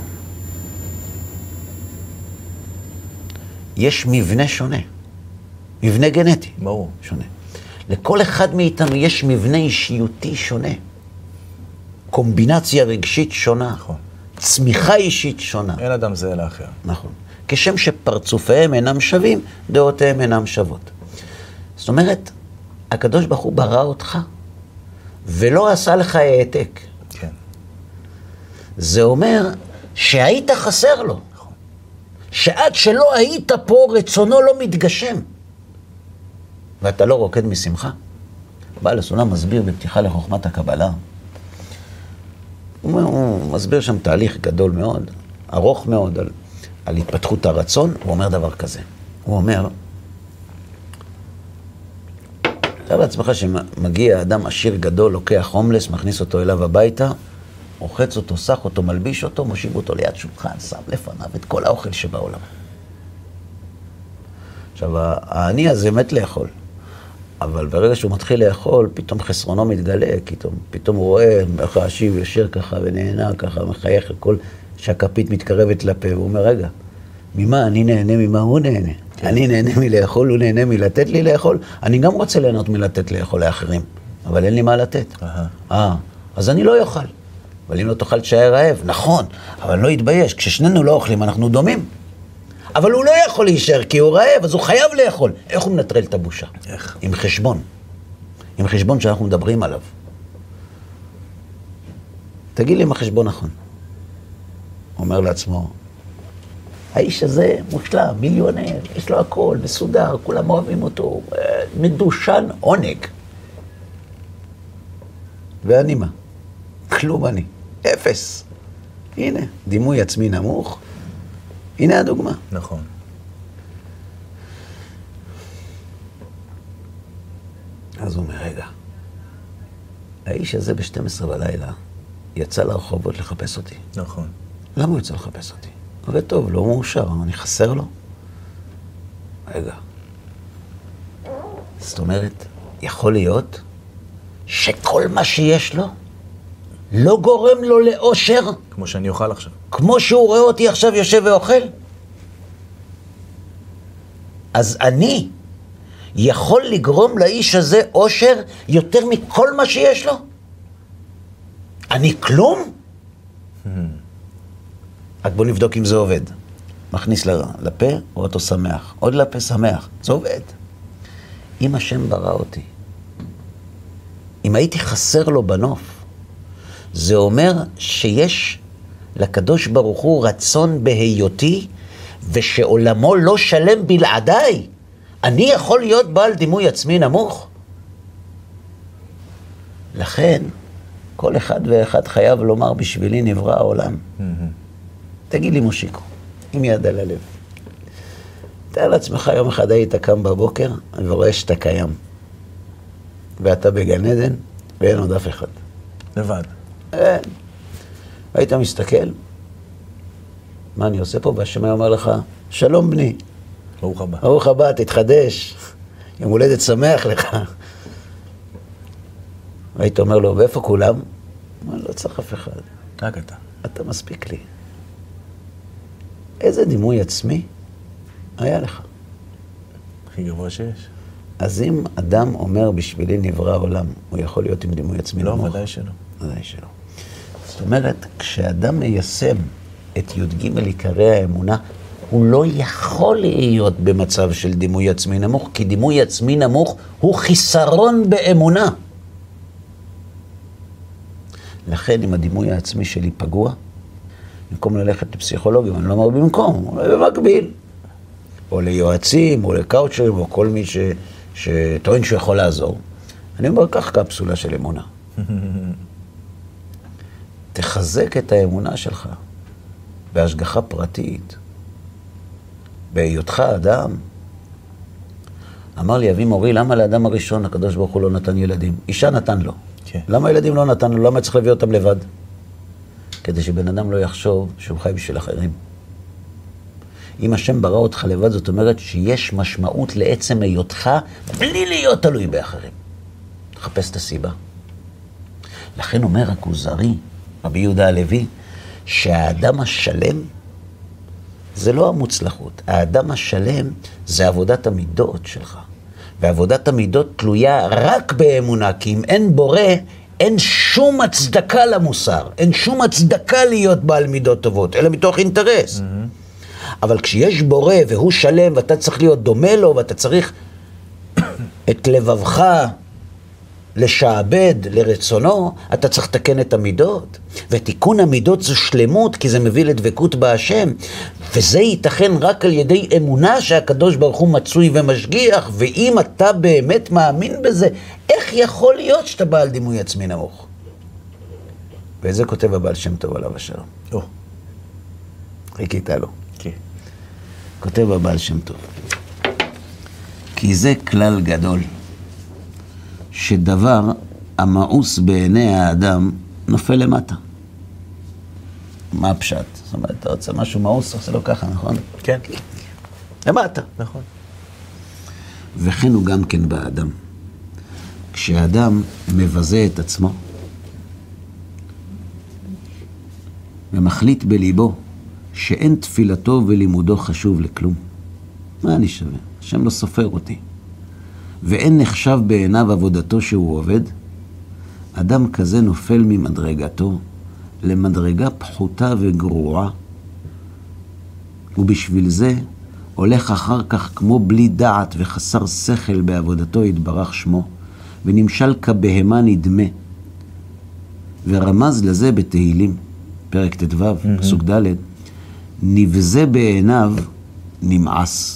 יש מבנה שונה. מבנה גנטי. ברור. שונה. לכל אחד מאיתנו יש מבנה אישיותי שונה. קומבינציה רגשית שונה. נכון. צמיחה אישית שונה. אין אדם זה אלא אחר. נכון. כשם שפרצופיהם אינם שווים, דעותיהם אינם שוות. זאת אומרת, הקדוש ברוך הוא ברא אותך, ולא עשה לך העתק. כן. זה אומר שהיית חסר לו. נכון. שעד שלא היית פה, רצונו לא מתגשם. ואתה לא רוקד משמחה. בעל הסולם מסביר בפתיחה לחוכמת הקבלה. הוא מסביר שם תהליך גדול מאוד, ארוך מאוד, על התפתחות הרצון. הוא אומר דבר כזה. הוא אומר, תאר לעצמך שמגיע אדם עשיר גדול, לוקח הומלס, מכניס אותו אליו הביתה, רוחץ אותו, סח אותו, מלביש אותו, מושיב אותו ליד שולחן, שם לפניו את כל האוכל שבעולם. עכשיו, העני הזה מת לאכול. אבל ברגע שהוא מתחיל לאכול, פתאום חסרונו מתגלה, פתאום הוא רואה איך העשיר יושב ככה ונהנה ככה, מחייך הכל, שהכפית מתקרבת לפה, והוא אומר, רגע, ממה אני נהנה, ממה הוא נהנה? כן. אני נהנה מלאכול, הוא נהנה מלתת לי לאכול, אני גם רוצה ליהנות מלתת לאכול לאחרים, אבל אין לי מה לתת. אז אני לא יאכל. אבל אם לא תאכל תשאר רעב, נכון, אבל לא יתבייש, כששנינו לא אוכלים אנחנו דומים. אבל הוא לא יכול להישאר כי הוא רעב, אז הוא חייב לאכול. איך הוא מנטרל את הבושה? איך? עם חשבון. עם חשבון שאנחנו מדברים עליו. תגיד לי אם החשבון נכון. אומר לעצמו, האיש הזה מושלם, מיליונר, יש לו הכל, מסודר, כולם אוהבים אותו, מדושן עונג. ואני מה? כלום אני. אפס. הנה, דימוי עצמי נמוך. הנה הדוגמה. נכון. אז הוא אומר, רגע, האיש הזה ב-12 בלילה יצא לרחובות לחפש אותי. נכון. למה הוא יצא לחפש אותי? אבל טוב, לא מאושר, אני חסר לו. רגע. זאת אומרת, יכול להיות שכל מה שיש לו לא גורם לו לאושר. כמו שאני אוכל עכשיו. כמו שהוא רואה אותי עכשיו יושב ואוכל. אז אני יכול לגרום לאיש הזה אושר יותר מכל מה שיש לו? אני כלום? רק בוא נבדוק אם זה עובד. מכניס לפה, רואה אותו שמח. עוד לפה שמח. זה עובד. אם השם ברא אותי, אם הייתי חסר לו בנוף, זה אומר שיש לקדוש ברוך הוא רצון בהיותי, ושעולמו לא שלם בלעדיי. אני יכול להיות בעל דימוי עצמי נמוך. לכן, כל אחד ואחד חייב לומר, בשבילי נברא העולם. תגיד לי מושיקו, עם יד על הלב. תאר לעצמך, יום אחד היית קם בבוקר, ורואה שאתה קיים. ואתה בגן עדן, ואין עוד אף אחד. לבד. אין. היית מסתכל, מה אני עושה פה? והשם היה אומר לך, שלום בני. ברוך הבא. ברוך הבא, תתחדש. יום הולדת שמח לך. היית אומר לו, ואיפה כולם? לא צריך אף אחד. רק אתה. אתה מספיק לי. איזה דימוי עצמי היה לך? הכי גבוה שיש. אז אם אדם אומר בשבילי נברא העולם, הוא יכול להיות עם דימוי עצמי נמוך? לא, ודאי שלא. ודאי שלא. זאת אומרת, כשאדם מיישם את י"ג עיקרי האמונה, הוא לא יכול להיות במצב של דימוי עצמי נמוך, כי דימוי עצמי נמוך הוא חיסרון באמונה. לכן, אם הדימוי העצמי שלי פגוע, במקום ללכת לפסיכולוגים, אני לא אומר במקום, אולי במקביל. או ליועצים, או לקאוצ'רים, או כל מי שטוען שהוא יכול לעזור. אני אומר, קח קפסולה של אמונה. תחזק את האמונה שלך בהשגחה פרטית, בהיותך אדם. אמר לי אבי מורי, למה לאדם הראשון הקדוש ברוך הוא לא נתן ילדים? אישה נתן לו. כן. למה ילדים לא נתן לו? למה צריך להביא אותם לבד? כדי שבן אדם לא יחשוב שהוא חי בשביל אחרים. אם השם ברא אותך לבד, זאת אומרת שיש משמעות לעצם היותך בלי להיות תלוי באחרים. תחפש את הסיבה. לכן אומר הכוזרי, רבי יהודה הלוי, שהאדם השלם זה לא המוצלחות. האדם השלם זה עבודת המידות שלך. ועבודת המידות תלויה רק באמונה, כי אם אין בורא, אין שום הצדקה למוסר. אין שום הצדקה להיות בעל מידות טובות, אלא מתוך אינטרס. אבל כשיש בורא והוא שלם ואתה צריך להיות דומה לו ואתה צריך את לבבך לשעבד לרצונו, אתה צריך לתקן את המידות. ותיקון המידות זו שלמות, כי זה מביא לדבקות בהשם. וזה ייתכן רק על ידי אמונה שהקדוש ברוך הוא מצוי ומשגיח. ואם אתה באמת מאמין בזה, איך יכול להיות שאתה בעל דימוי עצמי נמוך? וזה כותב הבעל שם טוב עליו השלום. חיכית לו. כן. כותב הבעל שם טוב. כי זה כלל גדול. שדבר המאוס בעיני האדם נופל למטה. מה הפשט? זאת אומרת, אתה רוצה משהו מאוס, עושה לו ככה, נכון? כן. למטה. נכון. וכן הוא גם כן באדם. כשאדם מבזה את עצמו, ומחליט בליבו שאין תפילתו ולימודו חשוב לכלום. מה אני שווה? השם לא סופר אותי. ואין נחשב בעיניו עבודתו שהוא עובד, אדם כזה נופל ממדרגתו למדרגה פחותה וגרועה, ובשביל זה הולך אחר כך כמו בלי דעת וחסר שכל בעבודתו יתברך שמו, ונמשל כבהמה נדמה. ורמז לזה בתהילים, פרק ט"ו, פסוק ד', נבזה בעיניו נמאס.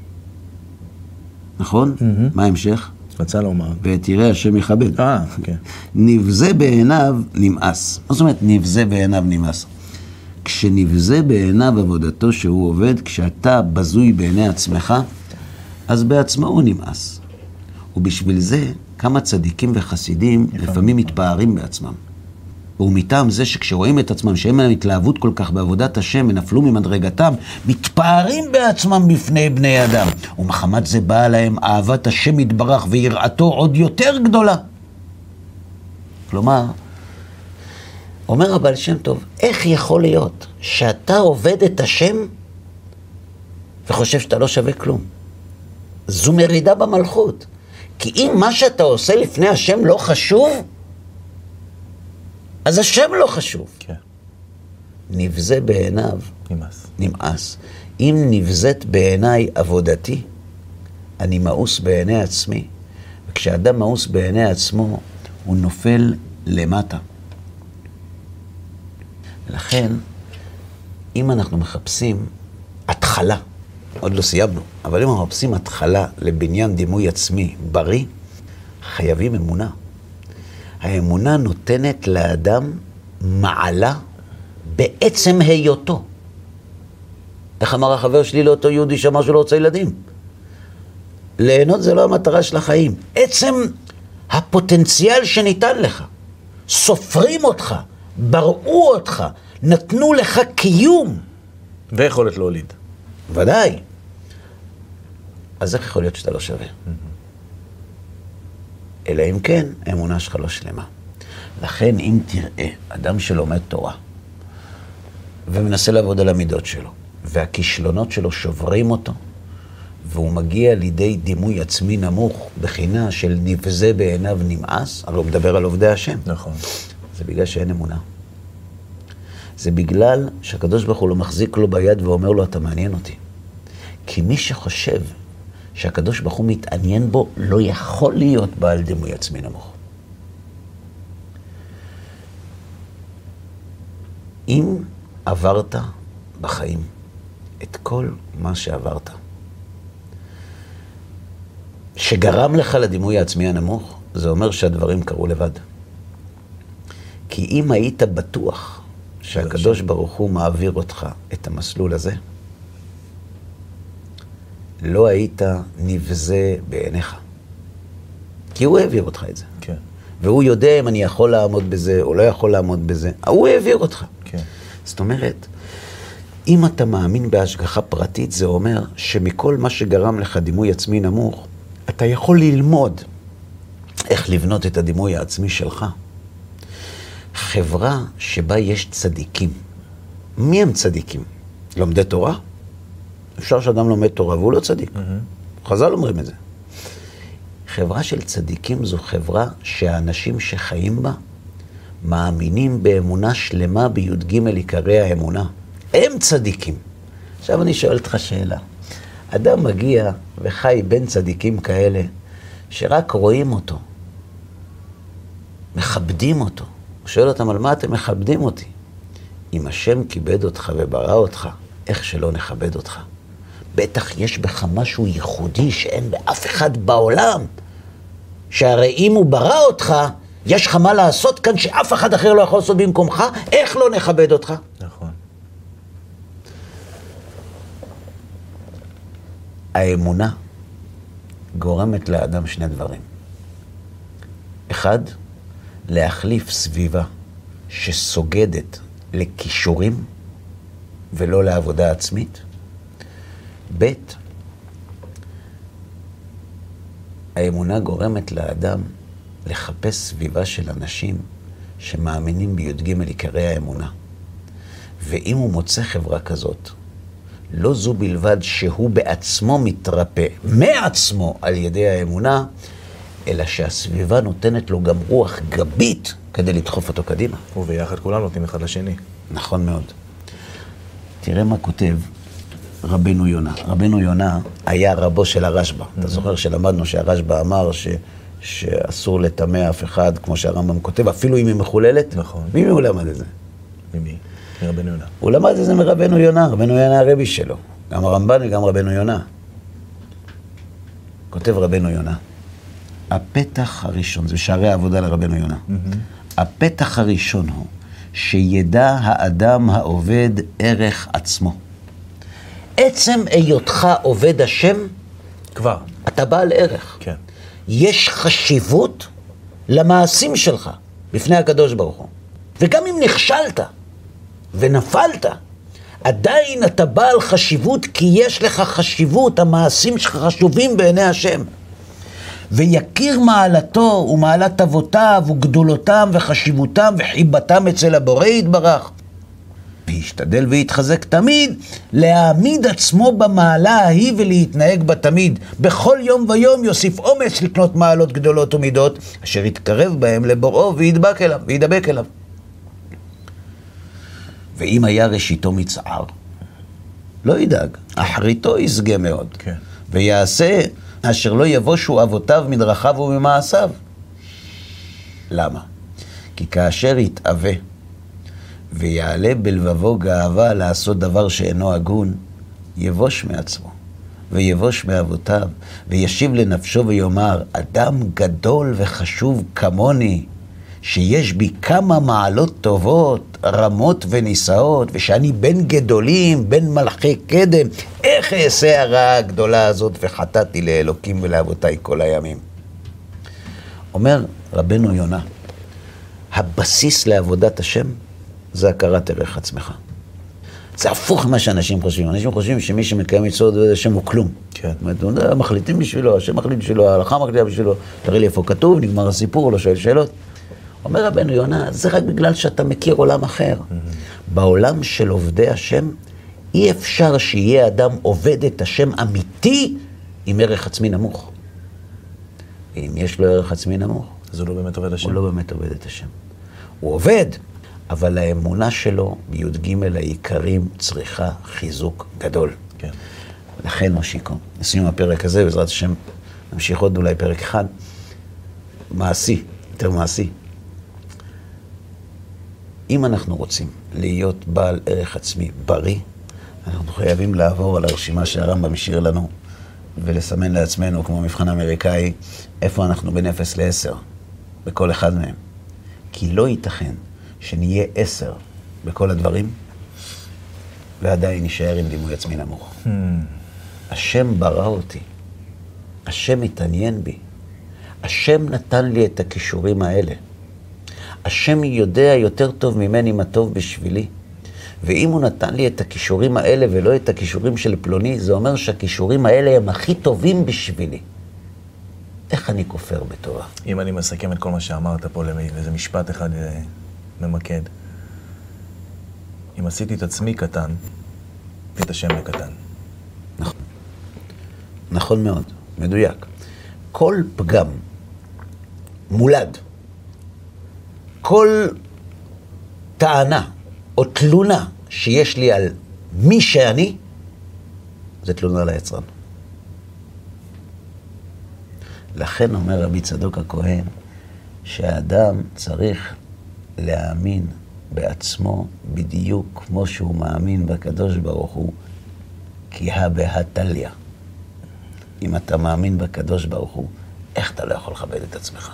נכון? מה ההמשך? רצה לומר. ותראה השם יכבד. כן. נבזה בעיניו נמאס. מה זאת אומרת נבזה בעיניו נמאס? כשנבזה בעיניו עבודתו שהוא עובד, כשאתה בזוי בעיני עצמך, אז בעצמו הוא נמאס. ובשביל זה כמה צדיקים וחסידים לפעמים מתפארים בעצמם. ומטעם זה שכשרואים את עצמם שהם להם התלהבות כל כך בעבודת השם ונפלו ממדרגתם, מתפארים בעצמם בפני בני אדם. ומחמת זה באה להם אהבת השם יתברך ויראתו עוד יותר גדולה. כלומר, אומר הבעל שם טוב, איך יכול להיות שאתה עובד את השם וחושב שאתה לא שווה כלום? זו מרידה במלכות. כי אם מה שאתה עושה לפני השם לא חשוב, אז השם לא חשוב. כן. נבזה בעיניו. נמאס. נמאס. אם נבזת בעיניי עבודתי, אני מאוס בעיני עצמי, וכשאדם מאוס בעיני עצמו, הוא נופל למטה. ולכן, אם אנחנו מחפשים התחלה, עוד לא סיימנו, אבל אם אנחנו מחפשים התחלה לבניין דימוי עצמי בריא, חייבים אמונה. האמונה נותנת לאדם מעלה בעצם היותו. איך אמר החבר שלי לאותו יהודי שאמר שלא רוצה ילדים? ליהנות זה לא המטרה של החיים. עצם הפוטנציאל שניתן לך. סופרים אותך, בראו אותך, נתנו לך קיום. ויכולת להוליד. ודאי. אז איך יכול להיות שאתה לא שווה? אלא אם כן, האמונה שלך לא שלמה. לכן אם תראה אדם שלומד תורה, ומנסה לעבוד על המידות שלו, והכישלונות שלו שוברים אותו, והוא מגיע לידי דימוי עצמי נמוך, בחינה של נבזה בעיניו נמאס, הרי הוא מדבר על עובדי השם. נכון. זה בגלל שאין אמונה. זה בגלל שהקדוש ברוך הוא לא מחזיק לו ביד ואומר לו, אתה מעניין אותי. כי מי שחושב שהקדוש ברוך הוא מתעניין בו, לא יכול להיות בעל דימוי עצמי נמוך. אם עברת בחיים את כל מה שעברת, שגרם לך לדימוי העצמי הנמוך, זה אומר שהדברים קרו לבד. כי אם היית בטוח שהקדוש ברוך הוא מעביר אותך את המסלול הזה, לא היית נבזה בעיניך. כי הוא העביר אותך את זה. כן. והוא יודע אם אני יכול לעמוד בזה או לא יכול לעמוד בזה. הוא העביר אותך. כן. זאת אומרת, אם אתה מאמין בהשגחה פרטית, זה אומר שמכל מה שגרם לך דימוי עצמי נמוך, אתה יכול ללמוד איך לבנות את הדימוי העצמי שלך. חברה שבה יש צדיקים. מי הם צדיקים? לומדי תורה? אפשר שאדם לומד תורה והוא לא צדיק. חז"ל אומרים את זה. חברה של צדיקים זו חברה שהאנשים שחיים בה מאמינים באמונה שלמה בי"ג עיקרי האמונה. הם צדיקים. עכשיו אני שואל אותך שאלה. אדם מגיע וחי בין צדיקים כאלה שרק רואים אותו, מכבדים אותו. הוא שואל אותם, על מה אתם מכבדים אותי? אם השם כיבד אותך וברא אותך, איך שלא נכבד אותך? בטח יש בך משהו ייחודי שאין באף אחד בעולם. שהרי אם הוא ברא אותך, יש לך מה לעשות כאן שאף אחד אחר לא יכול לעשות במקומך, איך לא נכבד אותך? נכון. האמונה גורמת לאדם שני דברים. אחד, להחליף סביבה שסוגדת לכישורים ולא לעבודה עצמית. ב', האמונה גורמת לאדם לחפש סביבה של אנשים שמאמינים בי"ג עיקרי האמונה. ואם הוא מוצא חברה כזאת, לא זו בלבד שהוא בעצמו מתרפא מעצמו על ידי האמונה, אלא שהסביבה נותנת לו גם רוח גבית כדי לדחוף אותו קדימה. וביחד כולם נותנים אחד לשני. נכון מאוד. תראה מה כותב רבנו יונה. רבנו יונה היה רבו של הרשב"א. אתה זוכר שלמדנו שהרשב"א אמר שאסור לטמא אף אחד, כמו שהרמב"ם כותב, אפילו אם היא מחוללת? נכון. ממי הוא למד את זה? ממי? מרבנו יונה. הוא למד את זה מרבנו יונה. רבנו יונה הרבי שלו. גם הרמב"ן וגם רבנו יונה. כותב רבנו יונה. הפתח הראשון, זה שערי העבודה לרבנו יונה. הפתח הראשון הוא שידע האדם העובד ערך עצמו. עצם היותך עובד השם, כבר. אתה בעל ערך. כן. יש חשיבות למעשים שלך בפני הקדוש ברוך הוא. וגם אם נכשלת ונפלת, עדיין אתה בעל חשיבות, כי יש לך חשיבות, המעשים שלך חשובים בעיני השם. ויכיר מעלתו ומעלת אבותיו וגדולותם וחשיבותם וחיבתם אצל הבורא יתברך. וישתדל ויתחזק תמיד להעמיד עצמו במעלה ההיא ולהתנהג בה תמיד. בכל יום ויום יוסיף אומץ לקנות מעלות גדולות ומידות, אשר יתקרב בהם לבוראו וידבק אליו. ואם היה ראשיתו מצער, לא ידאג, אחריתו יסגה מאוד. כן. ויעשה אשר לא יבושו אבותיו מדרכיו וממעשיו. למה? כי כאשר יתאווה ויעלה בלבבו גאווה לעשות דבר שאינו הגון, יבוש מעצמו ויבוש מאבותיו, וישיב לנפשו ויאמר, אדם גדול וחשוב כמוני, שיש בי כמה מעלות טובות, רמות ונישאות, ושאני בן גדולים, בן מלכי קדם, איך אעשה הרעה הגדולה הזאת, וחטאתי לאלוקים ולאבותיי כל הימים. אומר רבנו יונה, הבסיס לעבודת השם זה הכרת ערך עצמך. זה הפוך מה שאנשים חושבים. אנשים חושבים שמי שמקיים מצוות עבודת השם הוא כלום. כן. זאת אומרת, מחליטים בשבילו, השם מחליט בשבילו, ההלכה מחליטה בשבילו, תראי לי איפה כתוב, נגמר הסיפור, לא שואל שאלות. אומר רבנו יונה, זה רק בגלל שאתה מכיר עולם אחר. בעולם של עובדי השם, אי אפשר שיהיה אדם עובד את השם אמיתי עם ערך עצמי נמוך. ואם יש לו ערך עצמי נמוך, אז הוא לא באמת עובד השם. הוא לא באמת עובד את השם. הוא עובד, אבל האמונה שלו בי"ג העיקרים צריכה חיזוק גדול. כן. לכן מושיקו, נסיים הפרק הזה, בעזרת השם נמשיך עוד אולי פרק אחד, מעשי, יותר מעשי. אם אנחנו רוצים להיות בעל ערך עצמי בריא, אנחנו חייבים לעבור על הרשימה שהרמב"ם השאיר לנו, ולסמן לעצמנו, כמו מבחן אמריקאי, איפה אנחנו בין 0 ל-10, בכל אחד מהם. כי לא ייתכן שנהיה 10 בכל הדברים, ועדיין נשאר עם דימוי עצמי נמוך. השם ברא אותי, השם התעניין בי, השם נתן לי את הכישורים האלה. השם יודע יותר טוב ממני מה טוב בשבילי. ואם הוא נתן לי את הכישורים האלה ולא את הכישורים של פלוני, זה אומר שהכישורים האלה הם הכי טובים בשבילי. איך אני כופר בטובה? אם אני מסכם את כל מה שאמרת פה לאיזה משפט אחד ממקד. אם עשיתי את עצמי קטן, את השם לקטן. נכון. נכון מאוד, מדויק. כל פגם מולד, כל טענה או תלונה שיש לי על מי שאני, זה תלונה ליצרן. לכן אומר רבי צדוק הכהן, שהאדם צריך להאמין בעצמו בדיוק כמו שהוא מאמין בקדוש ברוך הוא, כי בהתליה. אם אתה מאמין בקדוש ברוך הוא, איך אתה לא יכול לכבד את עצמך?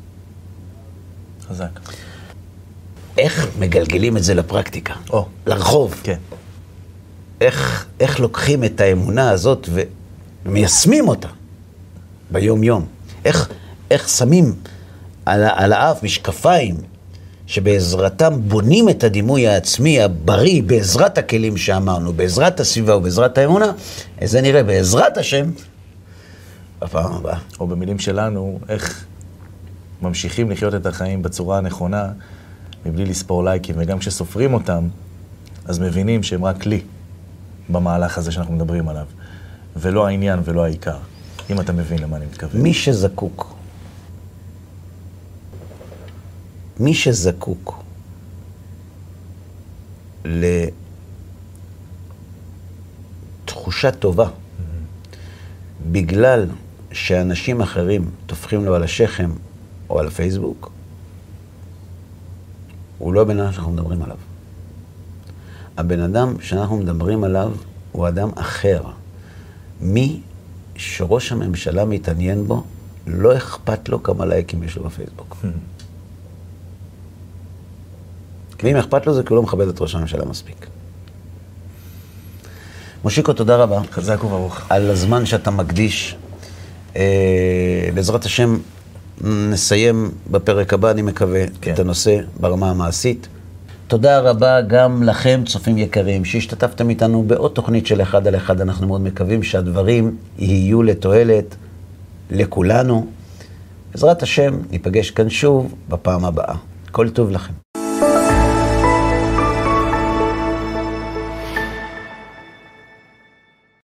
חזק. איך מגלגלים את זה לפרקטיקה? לרחוב. כן. איך לוקחים את האמונה הזאת ומיישמים אותה ביום יום? איך שמים על האף משקפיים שבעזרתם בונים את הדימוי העצמי הבריא בעזרת הכלים שאמרנו, בעזרת הסביבה ובעזרת האמונה, אז זה נראה בעזרת השם בפעם הבאה. או במילים שלנו, איך ממשיכים לחיות את החיים בצורה הנכונה, מבלי לספור לייקים, וגם כשסופרים אותם, אז מבינים שהם רק כלי במהלך הזה שאנחנו מדברים עליו, ולא העניין ולא העיקר, אם אתה מבין למה אני מתכוון. מי שזקוק לתחושה טובה, בגלל שאנשים אחרים תופכים לו על השכם או על הפייסבוק, הוא לא הבן אדם שאנחנו מדברים עליו. הבן אדם שאנחנו מדברים עליו הוא אדם אחר. מי שראש הממשלה מתעניין בו, לא אכפת לו כמה לייקים יש לו בפייסבוק. ואם אכפת לו זה כי הוא לא מכבד את ראש הממשלה מספיק. מושיקו, תודה רבה. חזק וברוך. על הזמן שאתה מקדיש. בעזרת השם נסיים בפרק הבא, אני מקווה, כן. את הנושא ברמה המעשית. תודה רבה גם לכם, צופים יקרים, שהשתתפתם איתנו בעוד תוכנית של אחד על אחד. אנחנו מאוד מקווים שהדברים יהיו לתועלת לכולנו. בעזרת השם ניפגש כאן שוב בפעם הבאה. כל טוב לכם.